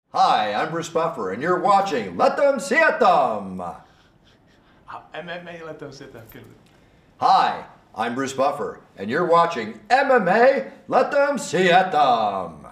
Hi, I'm Bruce Buffer, and you're watching Let Them See It Them! MMA Let Them Sit Them. Hi, I'm Bruce Buffer, and you're watching MMA Let Them See It Them!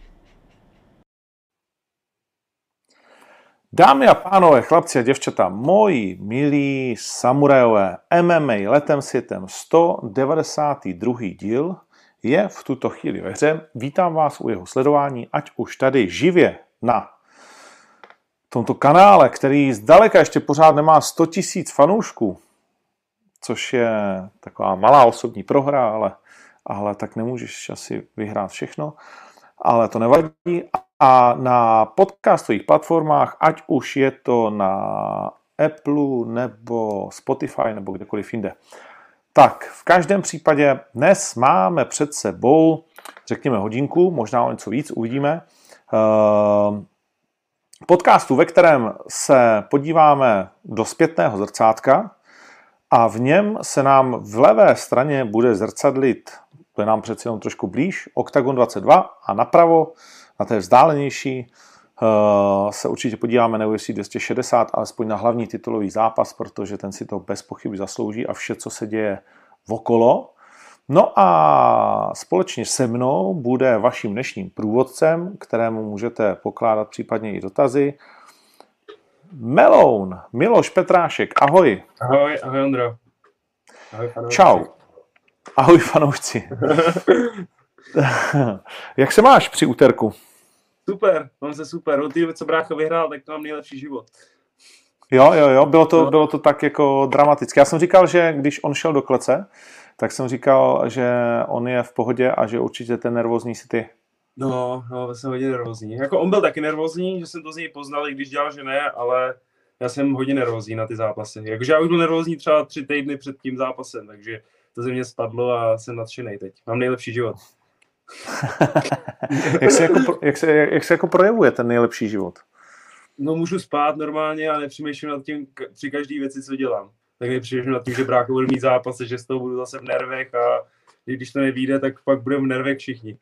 Dámy a pánové, chlapci a děvčata, moji milí samurajové, MMA Letem světem 192. díl je v tuto chvíli ve hře. Vítám vás u jeho sledování, ať už tady živě na tomto kanále, který zdaleka ještě pořád nemá 100 000 fanoušků, což je taková malá osobní prohra, ale tak nemůžeš asi vyhrát všechno, ale to nevadí. A na podcastových platformách, ať už je to na Apple nebo Spotify nebo kdekoliv jinde. Tak, v každém případě dnes máme před sebou, řekněme, hodinku, možná o něco víc, uvidíme, podcastu, ve kterém se podíváme do zpětného zrcátka a v něm se nám v levé straně bude zrcadlit, to je nám přeci jenom trošku blíž, Octagon 22 a napravo, na té vzdálenější, se určitě podíváme na UFC 260, alespoň na hlavní titulový zápas, protože ten si to bez pochyby zaslouží a vše, co se děje okolo. No a společně se mnou bude vaším dnešním průvodcem, kterému můžete pokládat případně i dotazy, Meloun, Miloš Petrášek, ahoj. Ahoj Ondro. Ahoj fanoušci. Čau. Ahoj fanoušci. Jak se máš při úterku? Super, mám se super. Od té, co brácha vyhrál, tak to mám nejlepší život. Jo, bylo to tak jako dramatické. Já jsem říkal, že když on šel do klece, tak jsem říkal, že on je v pohodě a že určitě ten nervózní si ty. No, jsem hodně nervózní. Jako on byl taky nervózní, že jsem to z něj poznal, i když dělal, že ne, ale já jsem hodně nervózní na ty zápasy. Jakože já už byl nervózní třeba 3 týdny před tím zápasem, takže to ze mě spadlo a jsem nadšenej teď. Mám nejlepší život. jak se jako projevuje ten nejlepší život? No, můžu spát normálně a nepřemýšlím nad tím při každé věci, co dělám. Tak nepřemýšlím nad tím, že brácha bude mít zápasy, že z toho budu zase v nervech a když to nevyjde, tak pak budeme v nervech všichni.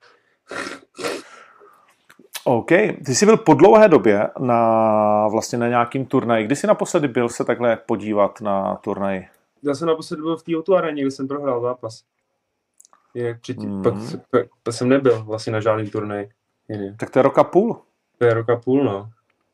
OK. Ty jsi byl po dlouhé době vlastně na nějakým turnaji. Kdy jsi naposledy byl se takhle podívat na turnaji? Já jsem naposledy byl v té O2 aréně, kde jsem prohrál zápas. Jinak předtím, pak jsem nebyl vlastně na žádným turnaji. Tak to je rok a půl. To je rok a půl, no.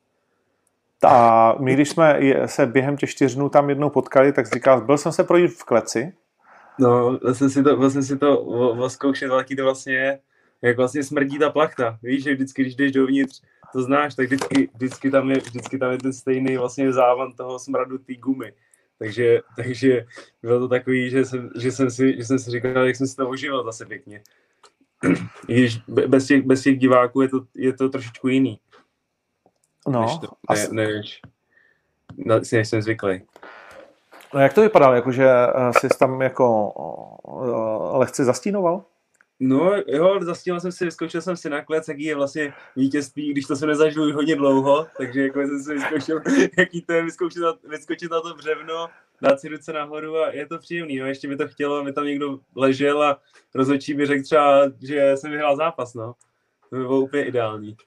A my, když jsme se během těch 4 dnů tam jednou potkali, tak jsi říkal, byl jsem se projít v kleci. No, vlastně si to zkoušet, jaký to vlastně je, jak vlastně smrdí ta plachta. Víš, že vždycky, když jdeš dovnitř, to znáš, tak vždycky tam je ten stejný vlastně závan toho smradu té gumy. Takže bylo to takový, že jsem si říkal, jak jsem si to užíval zase pěkně. I když bez těch diváků je to trošičku jiný. No, než jsem zvyklý. No jak to vypadalo? Jakože jsi tam jako lehce zastínoval? No jo, zastínoval jsem si, vyzkoušel jsem si na klec, jaký je vlastně vítězství, když to se nezažil hodně dlouho, takže jako jsem si vyzkoušel, jaký to je vyskočit na to břevno, dát si ruce nahoru a je to příjemný. No, ještě by to chtělo, aby tam někdo ležel a rozhodčí by řekl třeba, že jsem vyhrál zápas, no. To by bylo úplně ideální.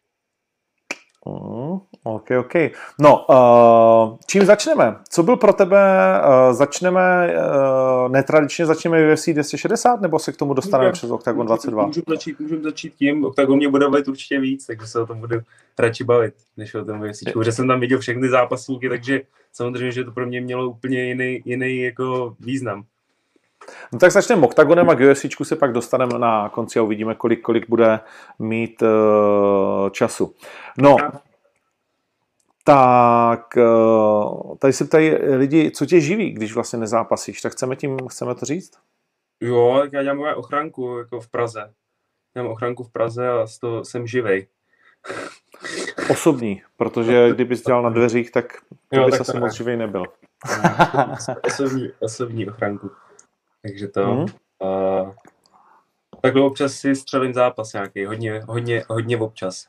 OK. No, čím začneme? Co byl pro tebe? Začneme netradičně, začneme UFC 260, nebo se k tomu dostaneme přes Octagon 22? Můžeme začít tím, Octagon mě bude bavit určitě víc, takže se o tom budu radši bavit, než o tom UFC. Protože jsem tam viděl všechny zápasníky, takže samozřejmě, že to pro mě mělo úplně jiný jako význam. No tak začneme Octagonem a k UFCčku se pak dostaneme na konci a uvidíme, kolik bude mít času. No, tak tady se ptají lidi, co tě živí, když vlastně nezápasíš, tak chceme to říct? Jo, tak já dělám ochranku jako v Praze. Dělám ochranku v Praze a z toho jsem živej. Osobní, protože kdybys dělal na dveřích, tak bys asi moc živej nebyl. Osobní ochranku. Takže to... Takhle občas si střelím zápas nějaký, hodně občas.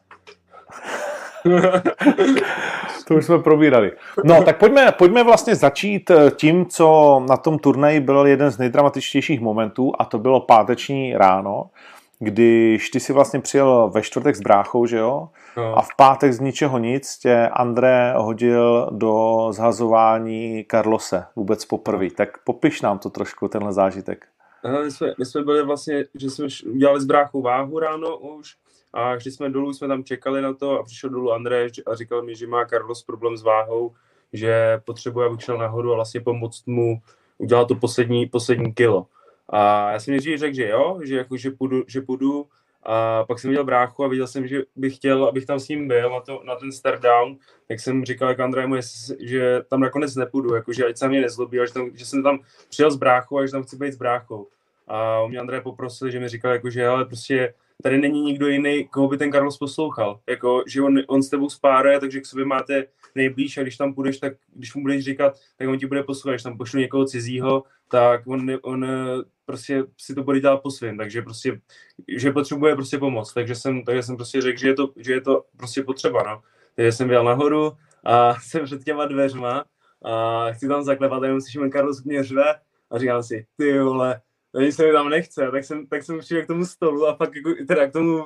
To už jsme probírali. No, tak pojďme vlastně začít tím, co na tom turnaji byl jeden z nejdramatičtějších momentů, a to bylo páteční ráno, když ty si vlastně přijel ve čtvrtek s bráchou, že jo? No. A v pátek z ničeho nic tě André hodil do zhazování Carlose vůbec poprvé. Tak popiš nám to trošku, tenhle zážitek. My jsme byli vlastně, že jsme udělali s bráchou váhu ráno už a když jsme dolů, jsme tam čekali na to a přišel dolů André a říkal mi, že má Carlos problém s váhou, že potřebuje, abych šel nahoru a vlastně pomoct mu udělat to poslední kilo. A já jsem nejdřív řekl, že jo, že půjdu. A pak jsem viděl bráchu a viděl jsem, že bych chtěl, abych tam s ním byl na ten start down, tak jsem říkal jako Andrému, že tam nakonec nepůjdu, jakože ať se mě nezlobí, že jsem tam přijel s bráchou a že tam chci být s bráchou. A mě André poprosil, že mi říkal, jako, že ale prostě tady není nikdo jiný, koho by ten Carlos poslouchal. Jako, že on s tebou spáruje, takže k sobě máte nejblíž a když tam půjdeš, tak když mu budeš říkat, tak on ti bude poslouchat. Když tam pošlu někoho cizího, tak on prostě si to bude dělat po svým, takže prostě, že potřebuje prostě pomoc. Takže jsem prostě řekl, že je to prostě potřeba, no. Takže jsem byl nahoru a jsem před těma dveřma a chci tam zaklepat a jenom slyším, Carlos mě řve a říkám si, ty vole, ani se mi tam nechce, tak jsem přišel k tomu stolu a pak jako, teda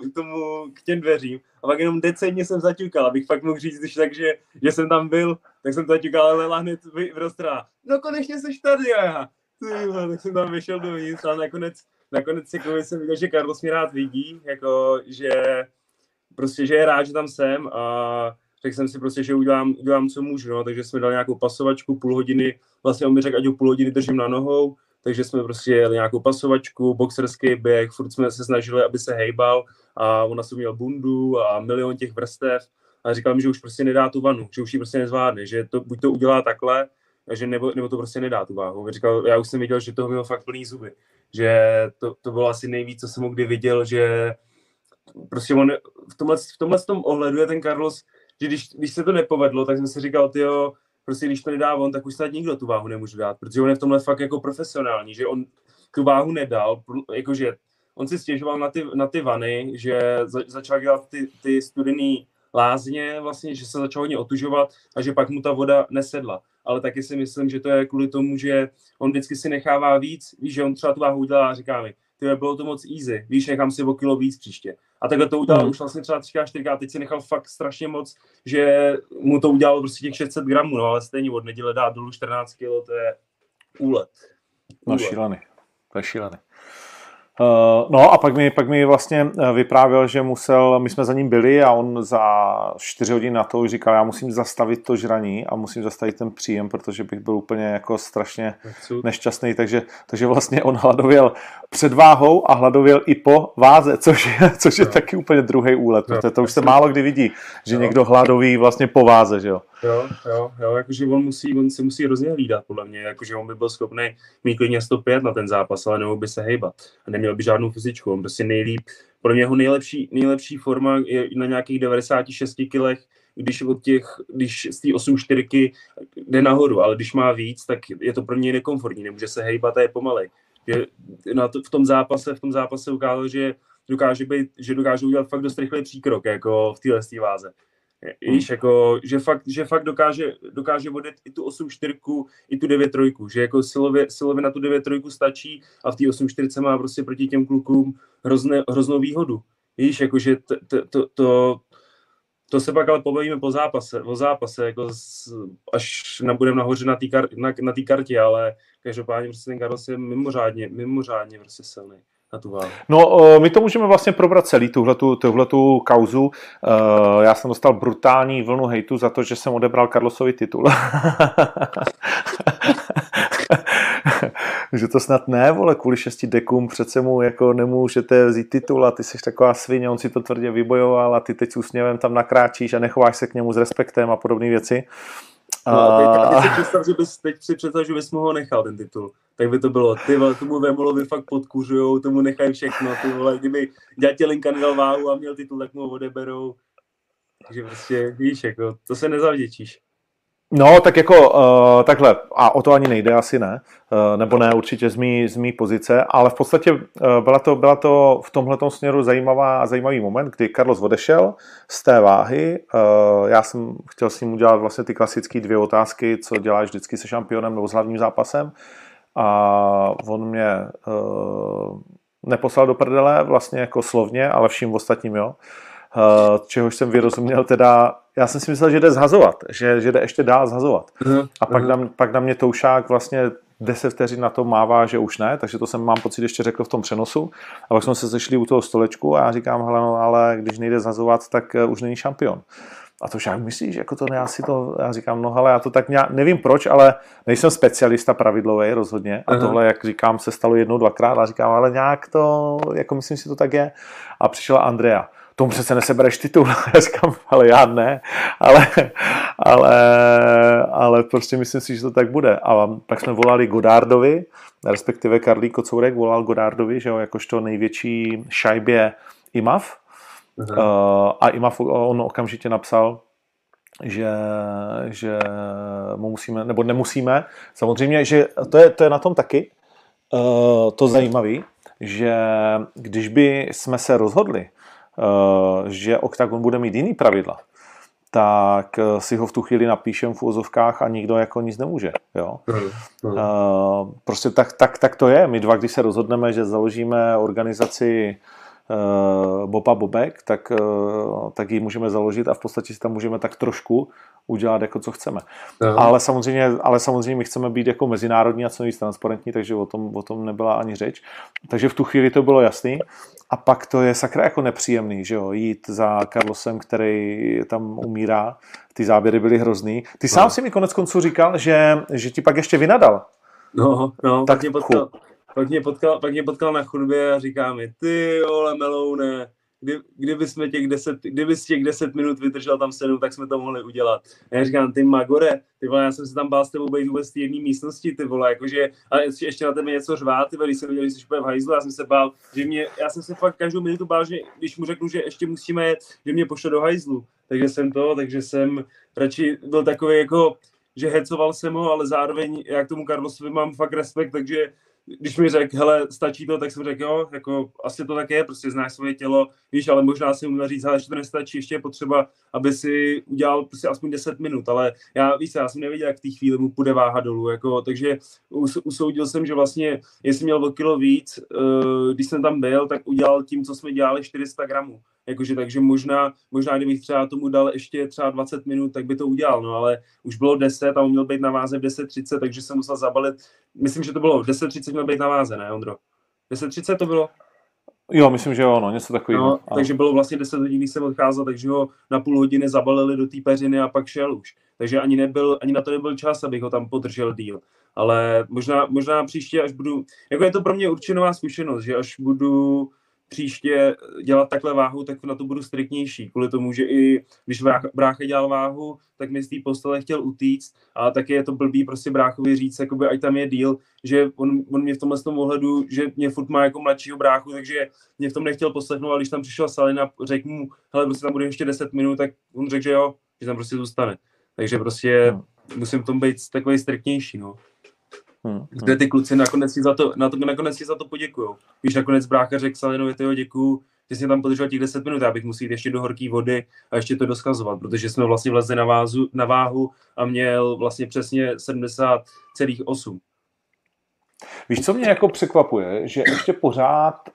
k těm dveřím a pak jenom decentně jsem zaťukal, abych fakt mohl říct, když tak, že jsem tam byl, tak jsem zaťukal, ale Lela hned vyrostrá. No konečně jsi tady a já. Tak jsem tam vyšel dovnitř a nakonec jako jsem viděl, že Carlos mě rád vidí, jako, že prostě, že je rád, že tam jsem a řekl jsem si prostě, že udělám co můžu, no, takže jsme dali nějakou pasovačku, půl hodiny, vlastně on mi řekl, ať ho půl hodiny držím na nohou, takže jsme prostě jeli nějakou pasovačku, boxerský běh, furt jsme se snažili, aby se hejbal a ona si měl bundu a milion těch vrstev a říkal mi, že už prostě nedá tu vanu, že už ji prostě nezvládne, že to, buď to udělá takhle, že nebo to prostě nedá tu váhu. Říkal, já už jsem viděl, že toho měl fakt plný zuby, že to bylo asi nejvíc, co jsem ho kdy viděl, že prostě on v tomhle ohledu je ten Carlos, že když se to nepovedlo, tak jsem si říkal, tyjo, prostě když to nedá on, tak už snad nikdo tu váhu nemůže dát, protože on je v tomhle fakt jako profesionální, že on tu váhu nedal, jakože on si stěžoval na ty vany, že začal dělat ty studený lázně vlastně, že se začal hodně otužovat a že pak mu ta voda nesedla. Ale taky si myslím, že to je kvůli tomu, že on vždycky si nechává víc, víš, že on třeba tu váhu udělá a říká mi, tyhle, bylo to moc easy, víš, nechám si o kilo víc příště. A takhle to udělal už vlastně třeba 3x, a teď si nechal fakt strašně moc, že mu to udělalo prostě těch 600 gramů, no ale stejně od neděle dát dolů 14 kilo, to je úlet. No šílený, to je šílený. No a pak mi vlastně vyprávěl, že my jsme za ním byli a on za 4 hodiny na to už říkal, já musím zastavit to žraní a musím zastavit ten příjem, protože bych byl úplně jako strašně nešťastný, takže vlastně on hladověl před váhou a hladověl i po váze, což je taky úplně druhý úlet, protože to už se málo kdy vidí, že někdo hladoví vlastně po váze, že jo. Jo, jakože on se musí hrozně hlídat, podle mě, jakože on by byl schopný mít klidně 105 na ten zápas, ale nemohl by se hejbat a neměl by žádnou fyzičku, on prostě podle mě jeho nejlepší forma je na nějakých 96 kilech, když z té 8.4 jde nahoru, ale když má víc, tak je to pro něj nekomfortní, nemůže se hejbat a je pomalej. V tom zápase ukázal, že dokáže udělat fakt dost rychlý příkrok, jako v téhle váze. Víš, jako, že fakt dokáže vodit i tu 8.4, i tu 9.3, že jako silově na tu 9.3 stačí a v té 8.4 má prostě proti těm klukům hroznou výhodu. Víš, jako, že to se pak ale pobavíme o zápase, jako až budeme nahoře na té kartě, ale každopádně prostě ten Carlos je mimořádně prostě silný. No, my to můžeme vlastně probrat celý, tuhletu kauzu. Já jsem dostal brutální vlnu hejtu za to, že jsem odebral Carlosovi titul. Že to snad ne, vole, kvůli 6 dekům přece mu jako nemůžete vzít titul a ty jsi taková svině, on si to tvrdě vybojoval a ty teď s úsměvem tam nakráčíš a nechováš se k němu s respektem a podobné věci. No, teď si představ, že bys mu ho nechal ten titul. Tak by to bylo, ty vole, tomu Vémolovi fakt podkuřujou, tomu nechají všechno, ty vole, kdyby Ďatelinka nedal váhu a měl titul, tak mu ho odeberou. Takže prostě, víš, jako, to se nezavděčíš. No, tak jako takhle, a o to ani nejde, asi ne, nebo ne určitě z mý pozice, ale v podstatě byla to v tomhletom směru zajímavý moment, kdy Carlos odešel z té váhy, já jsem chtěl s ním udělat vlastně ty klasické 2 otázky, co děláš vždycky se šampionem nebo s hlavním zápasem a on mě neposlal do prdele, vlastně jako slovně, ale vším ostatním, jo. Čehož jsem vyrozuměl teda, já jsem si myslel, že jde zhazovat, že jde ještě dál zhazovat. A pak na mě Toušák vlastně 10 vteřin na to mává, že už ne, takže to jsem, mám pocit, ještě řekl v tom přenosu. A pak jsme se sešli u toho stolečku a já říkám, hele, no, ale když nejde zhazovat, tak už není šampion. A to však myslíš, jako to ne, já říkám, no hele, já to tak nějak, nevím proč, ale nejsem specialista pravidlový rozhodně. A tohle, jak říkám, se stalo 1-2krát a říkám, ale nějak to, jako myslím si, to tak je. A přišla Andrea. Tomu přece nesebereš titul. Já říkám, ale já ne, ale prostě myslím si, že to tak bude. A pak jsme volali Godardovi, respektive Karlík Kocourek volal Godardovi, že jo, jakožto největší šajbě IMAF. A IMAF on okamžitě napsal, že mu musíme, nebo nemusíme. Samozřejmě, že to je na tom taky to zajímavé, že když by jsme se rozhodli, že OKTAGON bude mít jiný pravidla, tak si ho v tu chvíli napíšem v úvozovkách a nikdo jako nic nemůže. Jo? Prostě tak to je. My dva, když se rozhodneme, že založíme organizaci Bob a Bobek, tak ji můžeme založit a v podstatě si tam můžeme tak trošku udělat, jako co chceme. Ale samozřejmě my chceme být jako mezinárodní a co nejvíc transparentní, takže o tom nebyla ani řeč. Takže v tu chvíli to bylo jasný. A pak to je sakra jako nepříjemný, že jo, jít za Carlosem, který tam umírá. Ty záběry byly hrozný. Ty sám si mi konec konců říkal, že ti pak ještě vynadal. No, tak pak mě potkal na chodbě a říká mi, ty vole meloune, kdybys těch 10 minut vydržel tam 7, tak jsme to mohli udělat. A já říkám, ty magore, ty vole, já jsem se tam bál s tebou být vůbec v té jedné místnosti, ty vole, jakože, a ještě na tebe něco řvát, ty vole, když jsem viděl, že jsi úplně v hajzlu, já jsem se bál, já jsem se fakt každou minutu bál, že když mu řeknu, že ještě musíme jet, že mě pošle do hajzlu. Takže jsem radši byl takový jako, že hecoval jsem ho, ale zároveň já k tomu Carlosovi mám fakt respekt, takže když mi řekl, hele, stačí to, tak jsem řekl, jo, jako asi to tak je, prostě znáš svoje tělo, víš, ale možná si mu říct, hele, že to nestačí, ještě je potřeba, aby si udělal prostě aspoň 10 minut, ale já jsem nevěděl, jak v té chvíli mu půjde váha dolů, jako, takže usoudil jsem, že vlastně, jestli měl o kilo víc, když jsem tam byl, tak udělal tím, co jsme dělali, 400 gramů. Jakože, takže možná, kdybych třeba tomu dal ještě třeba 20 minut, tak by to udělal, no ale už bylo 10 a on měl být na váze v 10:30, takže jsem musel zabalit, myslím, že to bylo v 10:30 měl být na váze, ne, Ondro? 10:30 to bylo? Jo, myslím, že jo, no, něco takového. No, takže bylo vlastně 10 hodin, když jsem odcházel, takže ho na půl hodiny zabalili do té peřiny a pak šel už. Takže ani na to nebyl čas, abych ho tam podržel díl. Ale možná příště, až budu, jako je to pro mě určitě nová zkušenost, že až budu příště dělat takhle váhu, tak na to budu striktnější. Kvůli tomu, že i když brácha dělal váhu, tak mi z té postele chtěl utíct a taky je to blbý prostě bráchovi říct, jakoby, ať tam je díl, že on mě v tomhle tom ohledu, že mě furt má jako mladšího bráchu, takže mě v tom nechtěl poslechnout, ale když tam přišel Salin a řekl mu, hele, prostě tam bude ještě 10 minut, tak on řekl, že jo, že tam prostě zůstane. Takže prostě musím v tom být takový striktnější, no. Kde ty kluci nakonec si za to poděkujou. Víš, nakonec brácha řekl Salinovi, tyho děkuju, že jsi tam podržel těch 10 minut, já bych musel jít ještě do horké vody a ještě to doskazovat, protože jsme vlastně vlezli na váhu a měl vlastně přesně 70,8. Víš, co mě jako překvapuje, že ještě pořád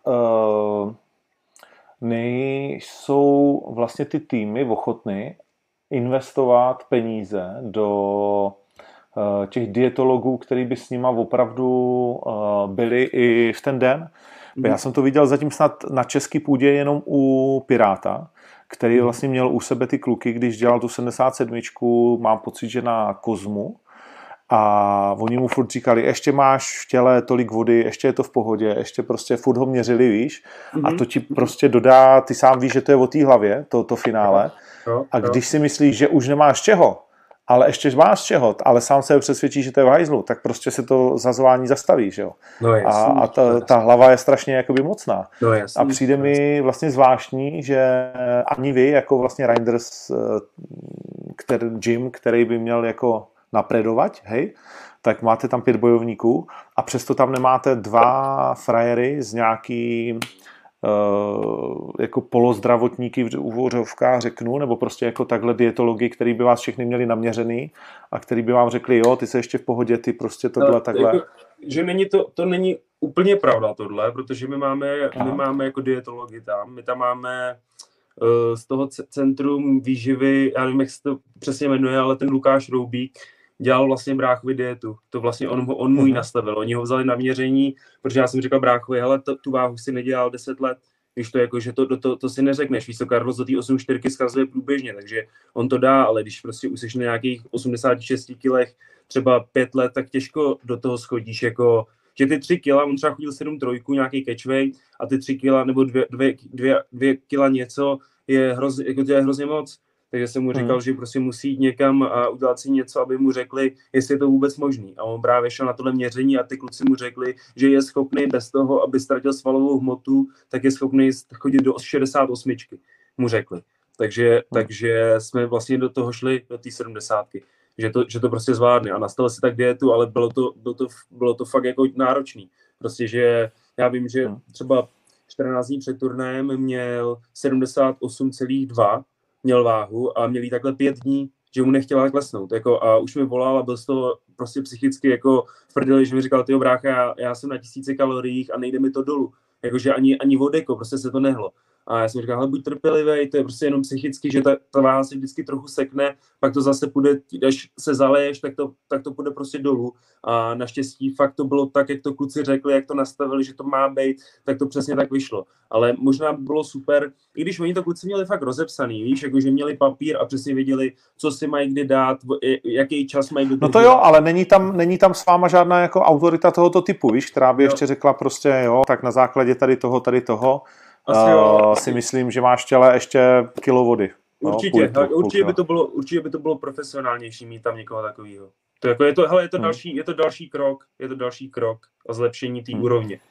nejsou vlastně ty týmy ochotny investovat peníze do těch dietologů, který by s nima opravdu byli i v ten den. Já jsem to viděl zatím snad na český půdě jenom u Piráta, který vlastně měl u sebe ty kluky, když dělal tu 77, mám pocit, že na Kozmu, a oni mu furt říkali, ještě máš v těle tolik vody, ještě je to v pohodě, ještě prostě furt ho měřili, víš, a to ti prostě dodá, ty sám víš, že to je o té hlavě, to finále, a když si myslíš, že už nemáš čeho, ale ještě máš čeho, ale sám se přesvědčí, že to je v hajzlu, tak prostě se to zazování zastaví, že jo. No, jasný, a ta hlava je strašně jakoby mocná. No, jasný, a přijde mi vlastně zvláštní, že ani vy, jako vlastně Reinders Jim, který by měl jako napredovat, hej, tak máte tam 5 bojovníků a přesto tam nemáte 2 frajery z nějaký jako polozdravotníky v uvozovkách řeknu, nebo prostě jako takhle dietologi, který by vás všechny měli naměřený a který by vám řekli, jo, ty jsi ještě v pohodě, ty prostě tohle takhle. Jako, že není to není úplně pravda tohle, protože my máme jako dietology tam, my tam máme z toho centrum výživy, já nevím, jak se to přesně jmenuje, ale ten Lukáš Roubík dělal vlastně bráchovi dietu. To vlastně on mu ji nastavil. Oni ho vzali na měření, protože já jsem říkal bráchovi, hele, tu váhu si nedělal 10 let, když to jako, že to si neřekneš, víš, to Carlos do té 8,4 zkazuje průběžně, takže on to dá, ale když prostě už jsi na nějakých 86 kilech třeba 5 let, tak těžko do toho schodíš, jako, že ty 3 kila, on třeba chodil 7,3, nějaký catchweight, a ty 3 kila nebo 2 kila něco je hrozně moc. Takže jsem mu říkal, že prostě musí jít někam a udělat si něco, aby mu řekli, jestli je to vůbec možný. A on právě šel na tohle měření a ty kluci mu řekli, že je schopný bez toho, aby ztratil svalovou hmotu, tak je schopný chodit do 68, mu řekli. Takže jsme vlastně do toho šli, do té 70, že to prostě zvládne. A nastavil si tak dietu, ale bylo to fakt jako náročný. Prostě, že já vím, že třeba 14 dní před turnajem měl 78,2 měl váhu a měl jí takhle 5 dní, že mu nechtěla klesnout. Jako, a už mi volal a byl z toho prostě psychicky jako v prdeli, že mi říkal, tyjo brácha, já jsem na 1000 kaloriích a nejde mi to dolů. Jakože ani vodeko, prostě se to nehlo. A já jsem říkal, buď trpělivý, to je prostě jenom psychicky, že ta váha se vždycky trochu sekne, pak to zase půjde, až se zaleješ, tak to půjde prostě dolů. A naštěstí fakt to bylo tak, jak to kluci řekli, jak to nastavili, že to má být, tak to přesně tak vyšlo. Ale možná by bylo super, i když oni to kluci měli fakt rozepsaný, víš, jakože měli papír a přesně věděli, co si mají kdy dát, jaký čas mají dodržet. No to jo, ale není tam s váma žádná jako autorita tohoto typu, víš, která by ještě řekla prostě, jo, tak na základě tady toho, si myslím, že máš v těle ještě kilo vody. Určitě, určitě by to bylo profesionálnější mít tam někoho takového. Je to další krok o zlepšení té úrovně.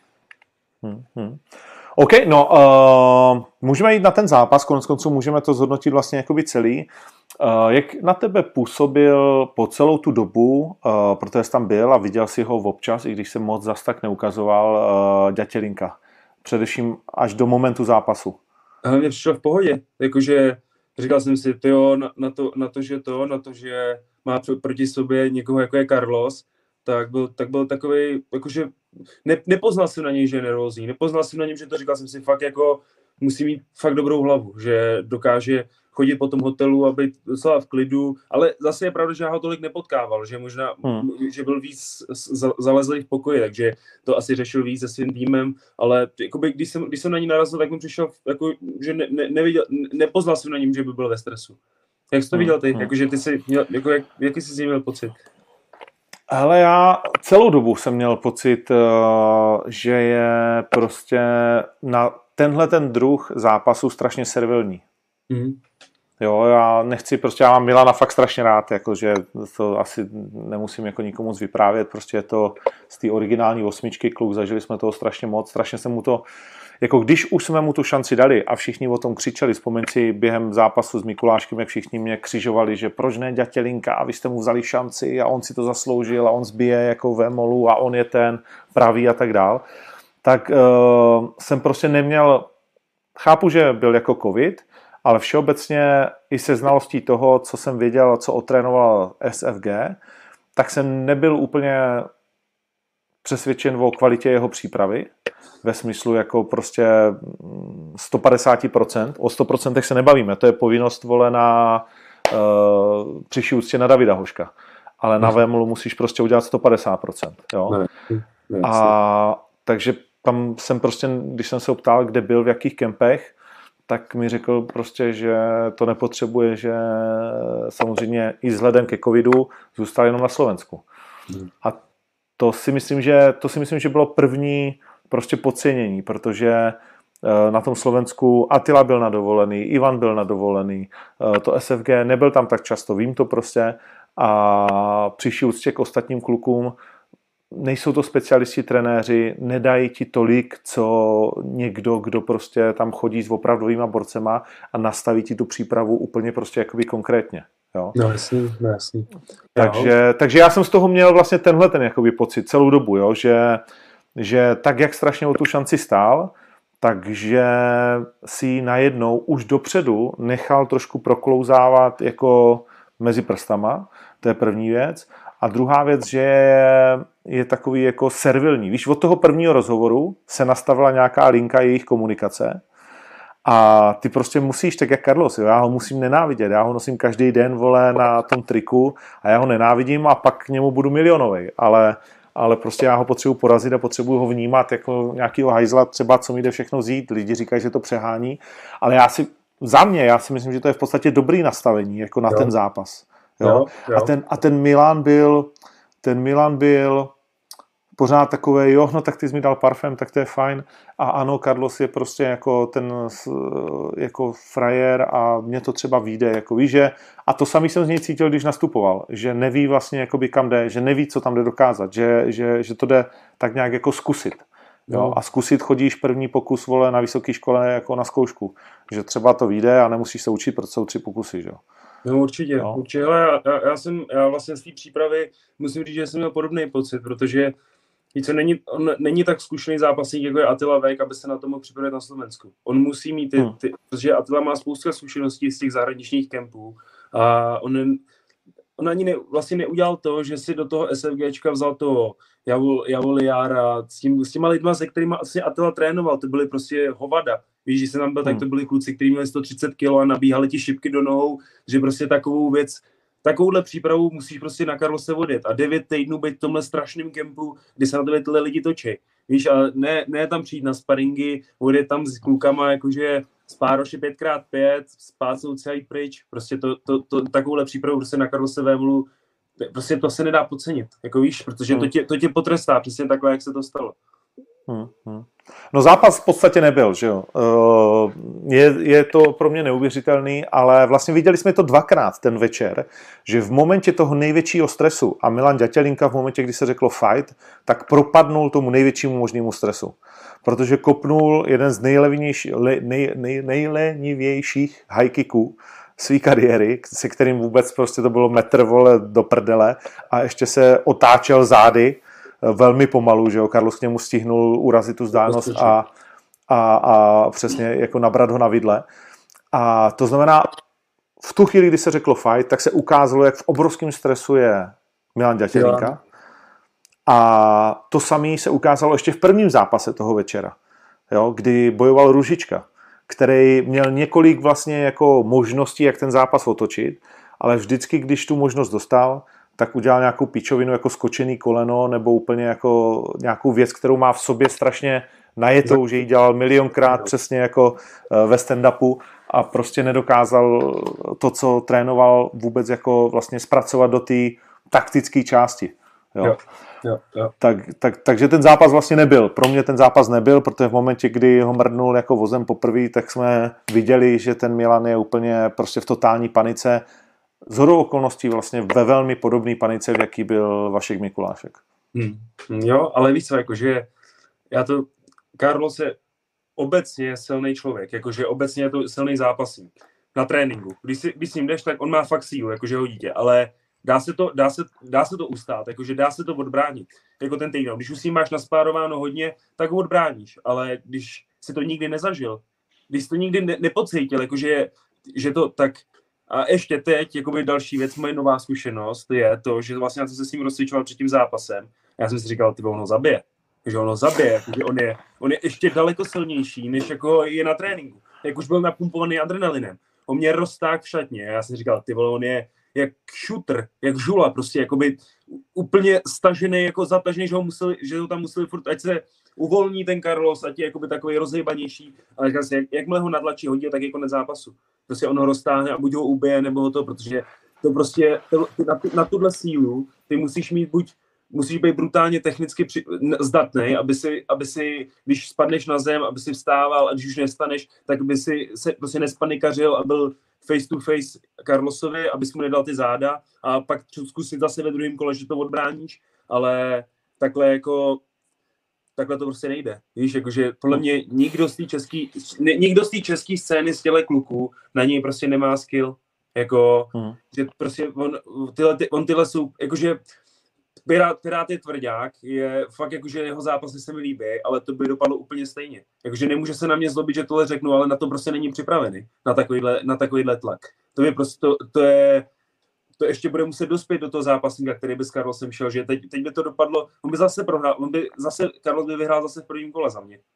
OK, no, můžeme jít na ten zápas, koneckonců můžeme to zhodnotit vlastně jakoby celý. Jak na tebe působil po celou tu dobu, protože jsi tam byl a viděl si ho občas, i když se moc zas tak neukazoval, Ďatelinka? Především až do momentu zápasu. Mě přišel v pohodě, jakože říkal jsem si, tyjo, na to, že má proti sobě někoho, jako je Carlos, tak byl takovej, jakože nepoznal jsem na něj, že je nervózní, nepoznal jsem na něm, že to říkal jsem si fakt jako, musí mít fakt dobrou hlavu, že dokáže chodit po tom hotelu a být docela v klidu, ale zase je pravda, že já ho tolik nepotkával, že možná, že byl víc zalezlý v pokoji, takže to asi řešil víc se svým týmem, ale jakoby, když jsem na ní narazil, tak mi přišel, jako, že nepoznal jsem na něm, že by byl ve stresu. Jak jsi to viděl ty? Jakože ty jsi měl, jako, jaký jsi z něj měl pocit? Hele, já celou dobu jsem měl pocit, že je prostě na tenhle ten druh zápasu strašně servilní. Jo, já mám Milana fakt strašně rád, jakože to asi nemusím jako nikomu moc vyprávět, prostě je to z té originální 8 kluk, zažili jsme toho strašně moc, strašně se mu to, jako když už jsme mu tu šanci dali a všichni o tom křičeli, vzpomeň si během zápasu s Mikuláškem, jak všichni mě křižovali, že proč ne Ďatelinka a vy jste mu vzali šanci a on si to zasloužil a on zbije jako Vémolu a on je ten pravý a tak dál, tak jsem prostě neměl, chápu, že byl jako covid, ale všeobecně i se znalostí toho, co jsem věděl, co otrénoval SFG, tak jsem nebyl úplně přesvědčen o kvalitě jeho přípravy, ve smyslu jako prostě 150%, o 100% se nebavíme, to je povinnost volená při úctě na Davida Hoška, ale na Vémolu musíš prostě udělat 150%, jo. A takže tam jsem prostě, když jsem se optal, kde byl, v jakých kempech, tak mi řekl prostě, že to nepotřebuje, že samozřejmě i vzhledem ke covidu zůstal jenom na Slovensku. A to si myslím, že bylo první prostě podcenění, protože na tom Slovensku Attila byl na dovolený, Ivan byl na dovolený, to SFG nebyl tam tak často, vím to prostě, a při úctě k ostatním klukům nejsou to specialisti, trenéři, nedají ti tolik, co někdo, kdo prostě tam chodí s opravdovýma borcema a nastaví ti tu přípravu úplně prostě jakoby konkrétně. Jo? No jasný. Takže já jsem z toho měl vlastně tenhle ten jakoby pocit celou dobu, jo? Že tak, jak strašně o tu šanci stál, takže si najednou už dopředu nechal trošku proklouzávat jako mezi prstama, to je první věc. A druhá věc, že je takový jako servilní. Víš, od toho prvního rozhovoru se nastavila nějaká linka jejich komunikace a ty prostě musíš, tak jak Carlos, jo, já ho musím nenávidět, já ho nosím každý den, vole, na tom triku a já ho nenávidím a pak k němu budu milionovej, ale prostě já ho potřebuji porazit a potřebuji ho vnímat jako nějakýho hajzla, třeba co mi jde všechno vzít. Lidi říkají, že to přehání, ale já si myslím, že to je v podstatě dobrý nastavení jako na ten zápas. Jo? A ten Milan byl pořád takový, jo, no tak ty jsi mi dal parfém, tak to je fajn. A ano, Carlos je prostě jako ten jako frajer a mě to třeba vyjde, jako víš, že a to samý jsem z něj cítil, když nastupoval, že neví vlastně jakoby kam jde, že neví, co tam jde dokázat, že to jde tak nějak jako zkusit. Jo? A zkusit chodíš první pokus, vole, na vysoké škole jako na zkoušku, že třeba to vyjde a nemusíš se učit, protože jsou 3 pokusy, že jo. No určitě, určitě, ale já vlastně z té přípravy musím říct, že jsem měl podobný pocit, protože on není tak zkušený zápasník, jako je Attila Vek, aby se na to mohl připravit na Slovensku. On musí mít protože Attila má spoustu zkušeností z těch zahraničních kempů a on ani vlastně neudělal to, že si do toho SFGčka vzal toho Javoli Jára s těma lidma, se kterými vlastně Attila trénoval, to byly prostě hovada. Víš, že jsem tam byl, tak to byli kluci, kteří měli 130 kg a nabíhali ti šipky do nohou, že prostě takovouhle přípravu musíš prostě na Carlose odjet a 9 týdnů být v tomhle strašném kempu, kdy se na tebe tyhle lidi točí. Víš, a ne tam přijít na sparingy, odjet tam s klukama, jakože spároši 5x5, spácnout se a jít pryč. Prostě takovouhle přípravu prostě na Carlose Vémolu, prostě to se nedá podcenit, jako víš, protože to tě potrestá, přesně takhle, jak se to stalo. No zápas v podstatě nebyl, že jo. Je to pro mě neuvěřitelný, ale vlastně viděli jsme to 2krát ten večer, že v momentě toho největšího stresu a Milan Ďatelinka v momentě, kdy se řeklo fight, tak propadnul tomu největšímu možnému stresu. Protože kopnul jeden z nejlenivějších high kicků své kariéry, se kterým vůbec prostě to bylo metr, vole, do prdele a ještě se otáčel zády velmi pomalu, že jo, Carlos k němu stihnul urazit tu vzdálenost a přesně jako nabrat ho na vidle. A to znamená, v tu chvíli, kdy se řeklo fight, tak se ukázalo, jak v obrovském stresu je Milan Ďatelinka. A to samé se ukázalo ještě v prvním zápase toho večera, jo, kdy bojoval Růžička, který měl několik vlastně jako možností, jak ten zápas otočit, ale vždycky, když tu možnost dostal, tak udělal nějakou pičovinu jako skočený koleno nebo úplně jako nějakou věc, kterou má v sobě strašně najetou, že ji dělal milionkrát přesně jako ve stand-upu a prostě nedokázal to, co trénoval, vůbec jako vlastně zpracovat do té taktické části. Jo. Takže ten zápas vlastně nebyl. Pro mě ten zápas nebyl, protože v momentě, kdy ho mrdnul jako vozem poprvé, tak jsme viděli, že ten Milan je úplně prostě v totální panice. Shodou okolností vlastně ve velmi podobné panice, v jaký byl Vašek Mikulášek. Jo, ale víš co, jakože Carlos je obecně silný člověk, jakože obecně je to silný zápasník na tréninku. Když s ním jdeš, tak on má fakt sílu, jakože ho dítě, ale dá se to ustát, jakože dá se to odbránit. Jako ten týden. Když už s ním máš naspárováno hodně, tak ho odbráníš, ale když si to nikdy nezažil, když jsi to nikdy nepocítil, jakože že to tak. A ještě teď, jakoby další věc, moje nová zkušenost je to, že vlastně já jsem se s ním rozcvičoval před tím zápasem. Já jsem si říkal, ono zabije. že ono zabije, že on je ještě daleko silnější, než jako je na tréninku. Jak už byl napumpovaný adrenalinem. On mě roztáhl v šatně. Já jsem říkal, ty vole, on je jak šutr, jak žula, prostě jakoby úplně stažený, jako zatažený, že ho tam museli furt, ať se uvolní ten Carlos, ať je jakoby takový rozhejbanější, ale říkal si, jakmile ho nadlačí hodně, tak je konec zápasu. Prostě on ho roztáhne a buď ho ubije, nebo ho to, protože to prostě na tuhle sílu ty musíš být brutálně technicky zdatný, aby si, když spadneš na zem, aby si vstával a když už nestaneš, tak by si se prostě nespanikařil a byl face to face Carlosovi, abys mu nedal ty záda a pak zkusit zase ve druhém kole, že to odbráníš, ale takhle to prostě nejde. Víš, jakože podle mě nikdo z té české scény z těle kluků na něj prostě nemá skill. Jako, že prostě on tyhle jsou, jakože Pirát je tvrdák, je fakt jakože jeho zápasy se mi líbí, ale to by dopadlo úplně stejně. Jakože nemůže se na mě zlobit, že tohle řeknu, ale na to prostě není připravený, na takovýhle tlak. To je prostě, to ještě bude muset dospět do toho zápasníka, který by s Carlosem šel, že teď by to dopadlo, on by zase prohrál, Carlos by vyhrál zase v prvním kole za mě.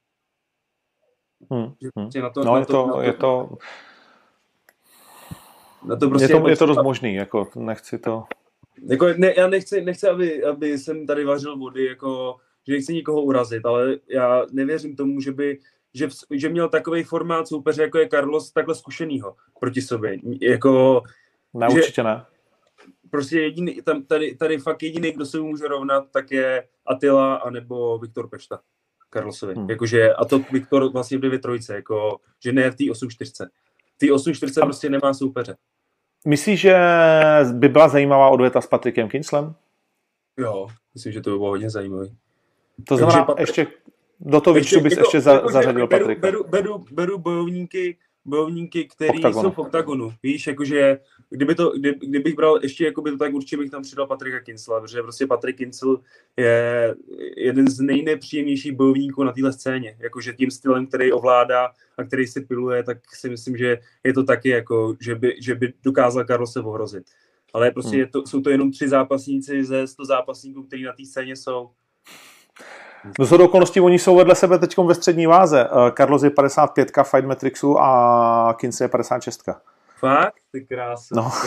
Je to dost možný, jako nechci to... Jako, já nechci aby jsem tady vařil vody, jako, že nechci nikoho urazit, ale já nevěřím tomu, že měl takovej formát soupeře, jako je Carlos, takhle zkušenýho proti sobě. Jako, ne, určitě ne. Prostě jediný, tady fakt jediný, kdo se mu může rovnat, tak je Attila anebo Viktor Pešta Carlosovi. Jakože, a to Viktor vlastně jde ve trojce, jako, že ne v té 8-4. V té 8-4 prostě nemá soupeře. Myslíš, že by byla zajímavá odveta s Patrickem Kinslem? Jo, myslím, že to by bylo hodně zajímavý. To znamená, ještě do toho výčtu bys ještě zařadil Patrika. Beru bojovníky, který jsou v oktagonu. Víš, jakože kdybych bral ještě, jakoby to tak určitě bych tam přidal Patrika Kinsla, protože prostě Patrik Kinsl je jeden z nejnepříjemnějších bojovníků na téhle scéně. Jakože tím stylem, který ovládá a který si piluje, tak si myslím, že je to taky, jako, že by dokázal Carlose ohrozit. Ale prostě jsou to jenom 3 zápasníci ze 100 zápasníků, kteří na té scéně jsou. Do okolností oni jsou vedle sebe teď ve střední váze. Carlos je 55 Fight Matrixu a Kinsey je 56. Fakt? Ty krásný. No.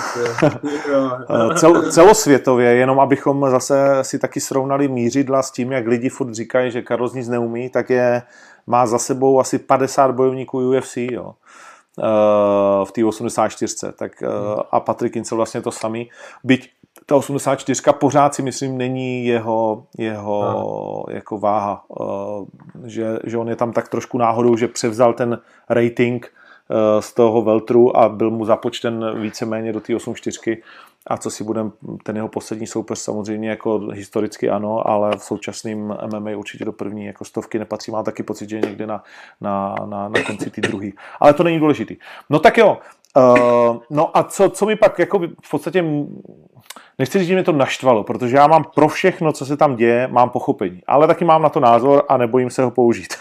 Celosvětově, jenom abychom zase si taky srovnali mířidla s tím, jak lidi furt říkají, že Carlos nic neumí, tak má za sebou asi 50 bojovníků UFC, jo. V té 84. Tak, a Patrick Kinsel vlastně to samý. Byť ta 84 pořád si myslím není jeho jako váha. Že on je tam tak trošku náhodou, že převzal ten rating z toho welteru a byl mu započten víceméně do té 84. A co si budem, ten jeho poslední soupeř samozřejmě jako historicky ano, ale v současným MMA určitě do první jako stovky nepatří. Mám taky pocit, že je někde na konci ty druhý. Ale to není důležitý. No tak jo. No a co mi pak jako v podstatě nechci říct, že mě to naštvalo, protože já mám pro všechno, co se tam děje, mám pochopení. Ale taky mám na to názor a nebojím se ho použít.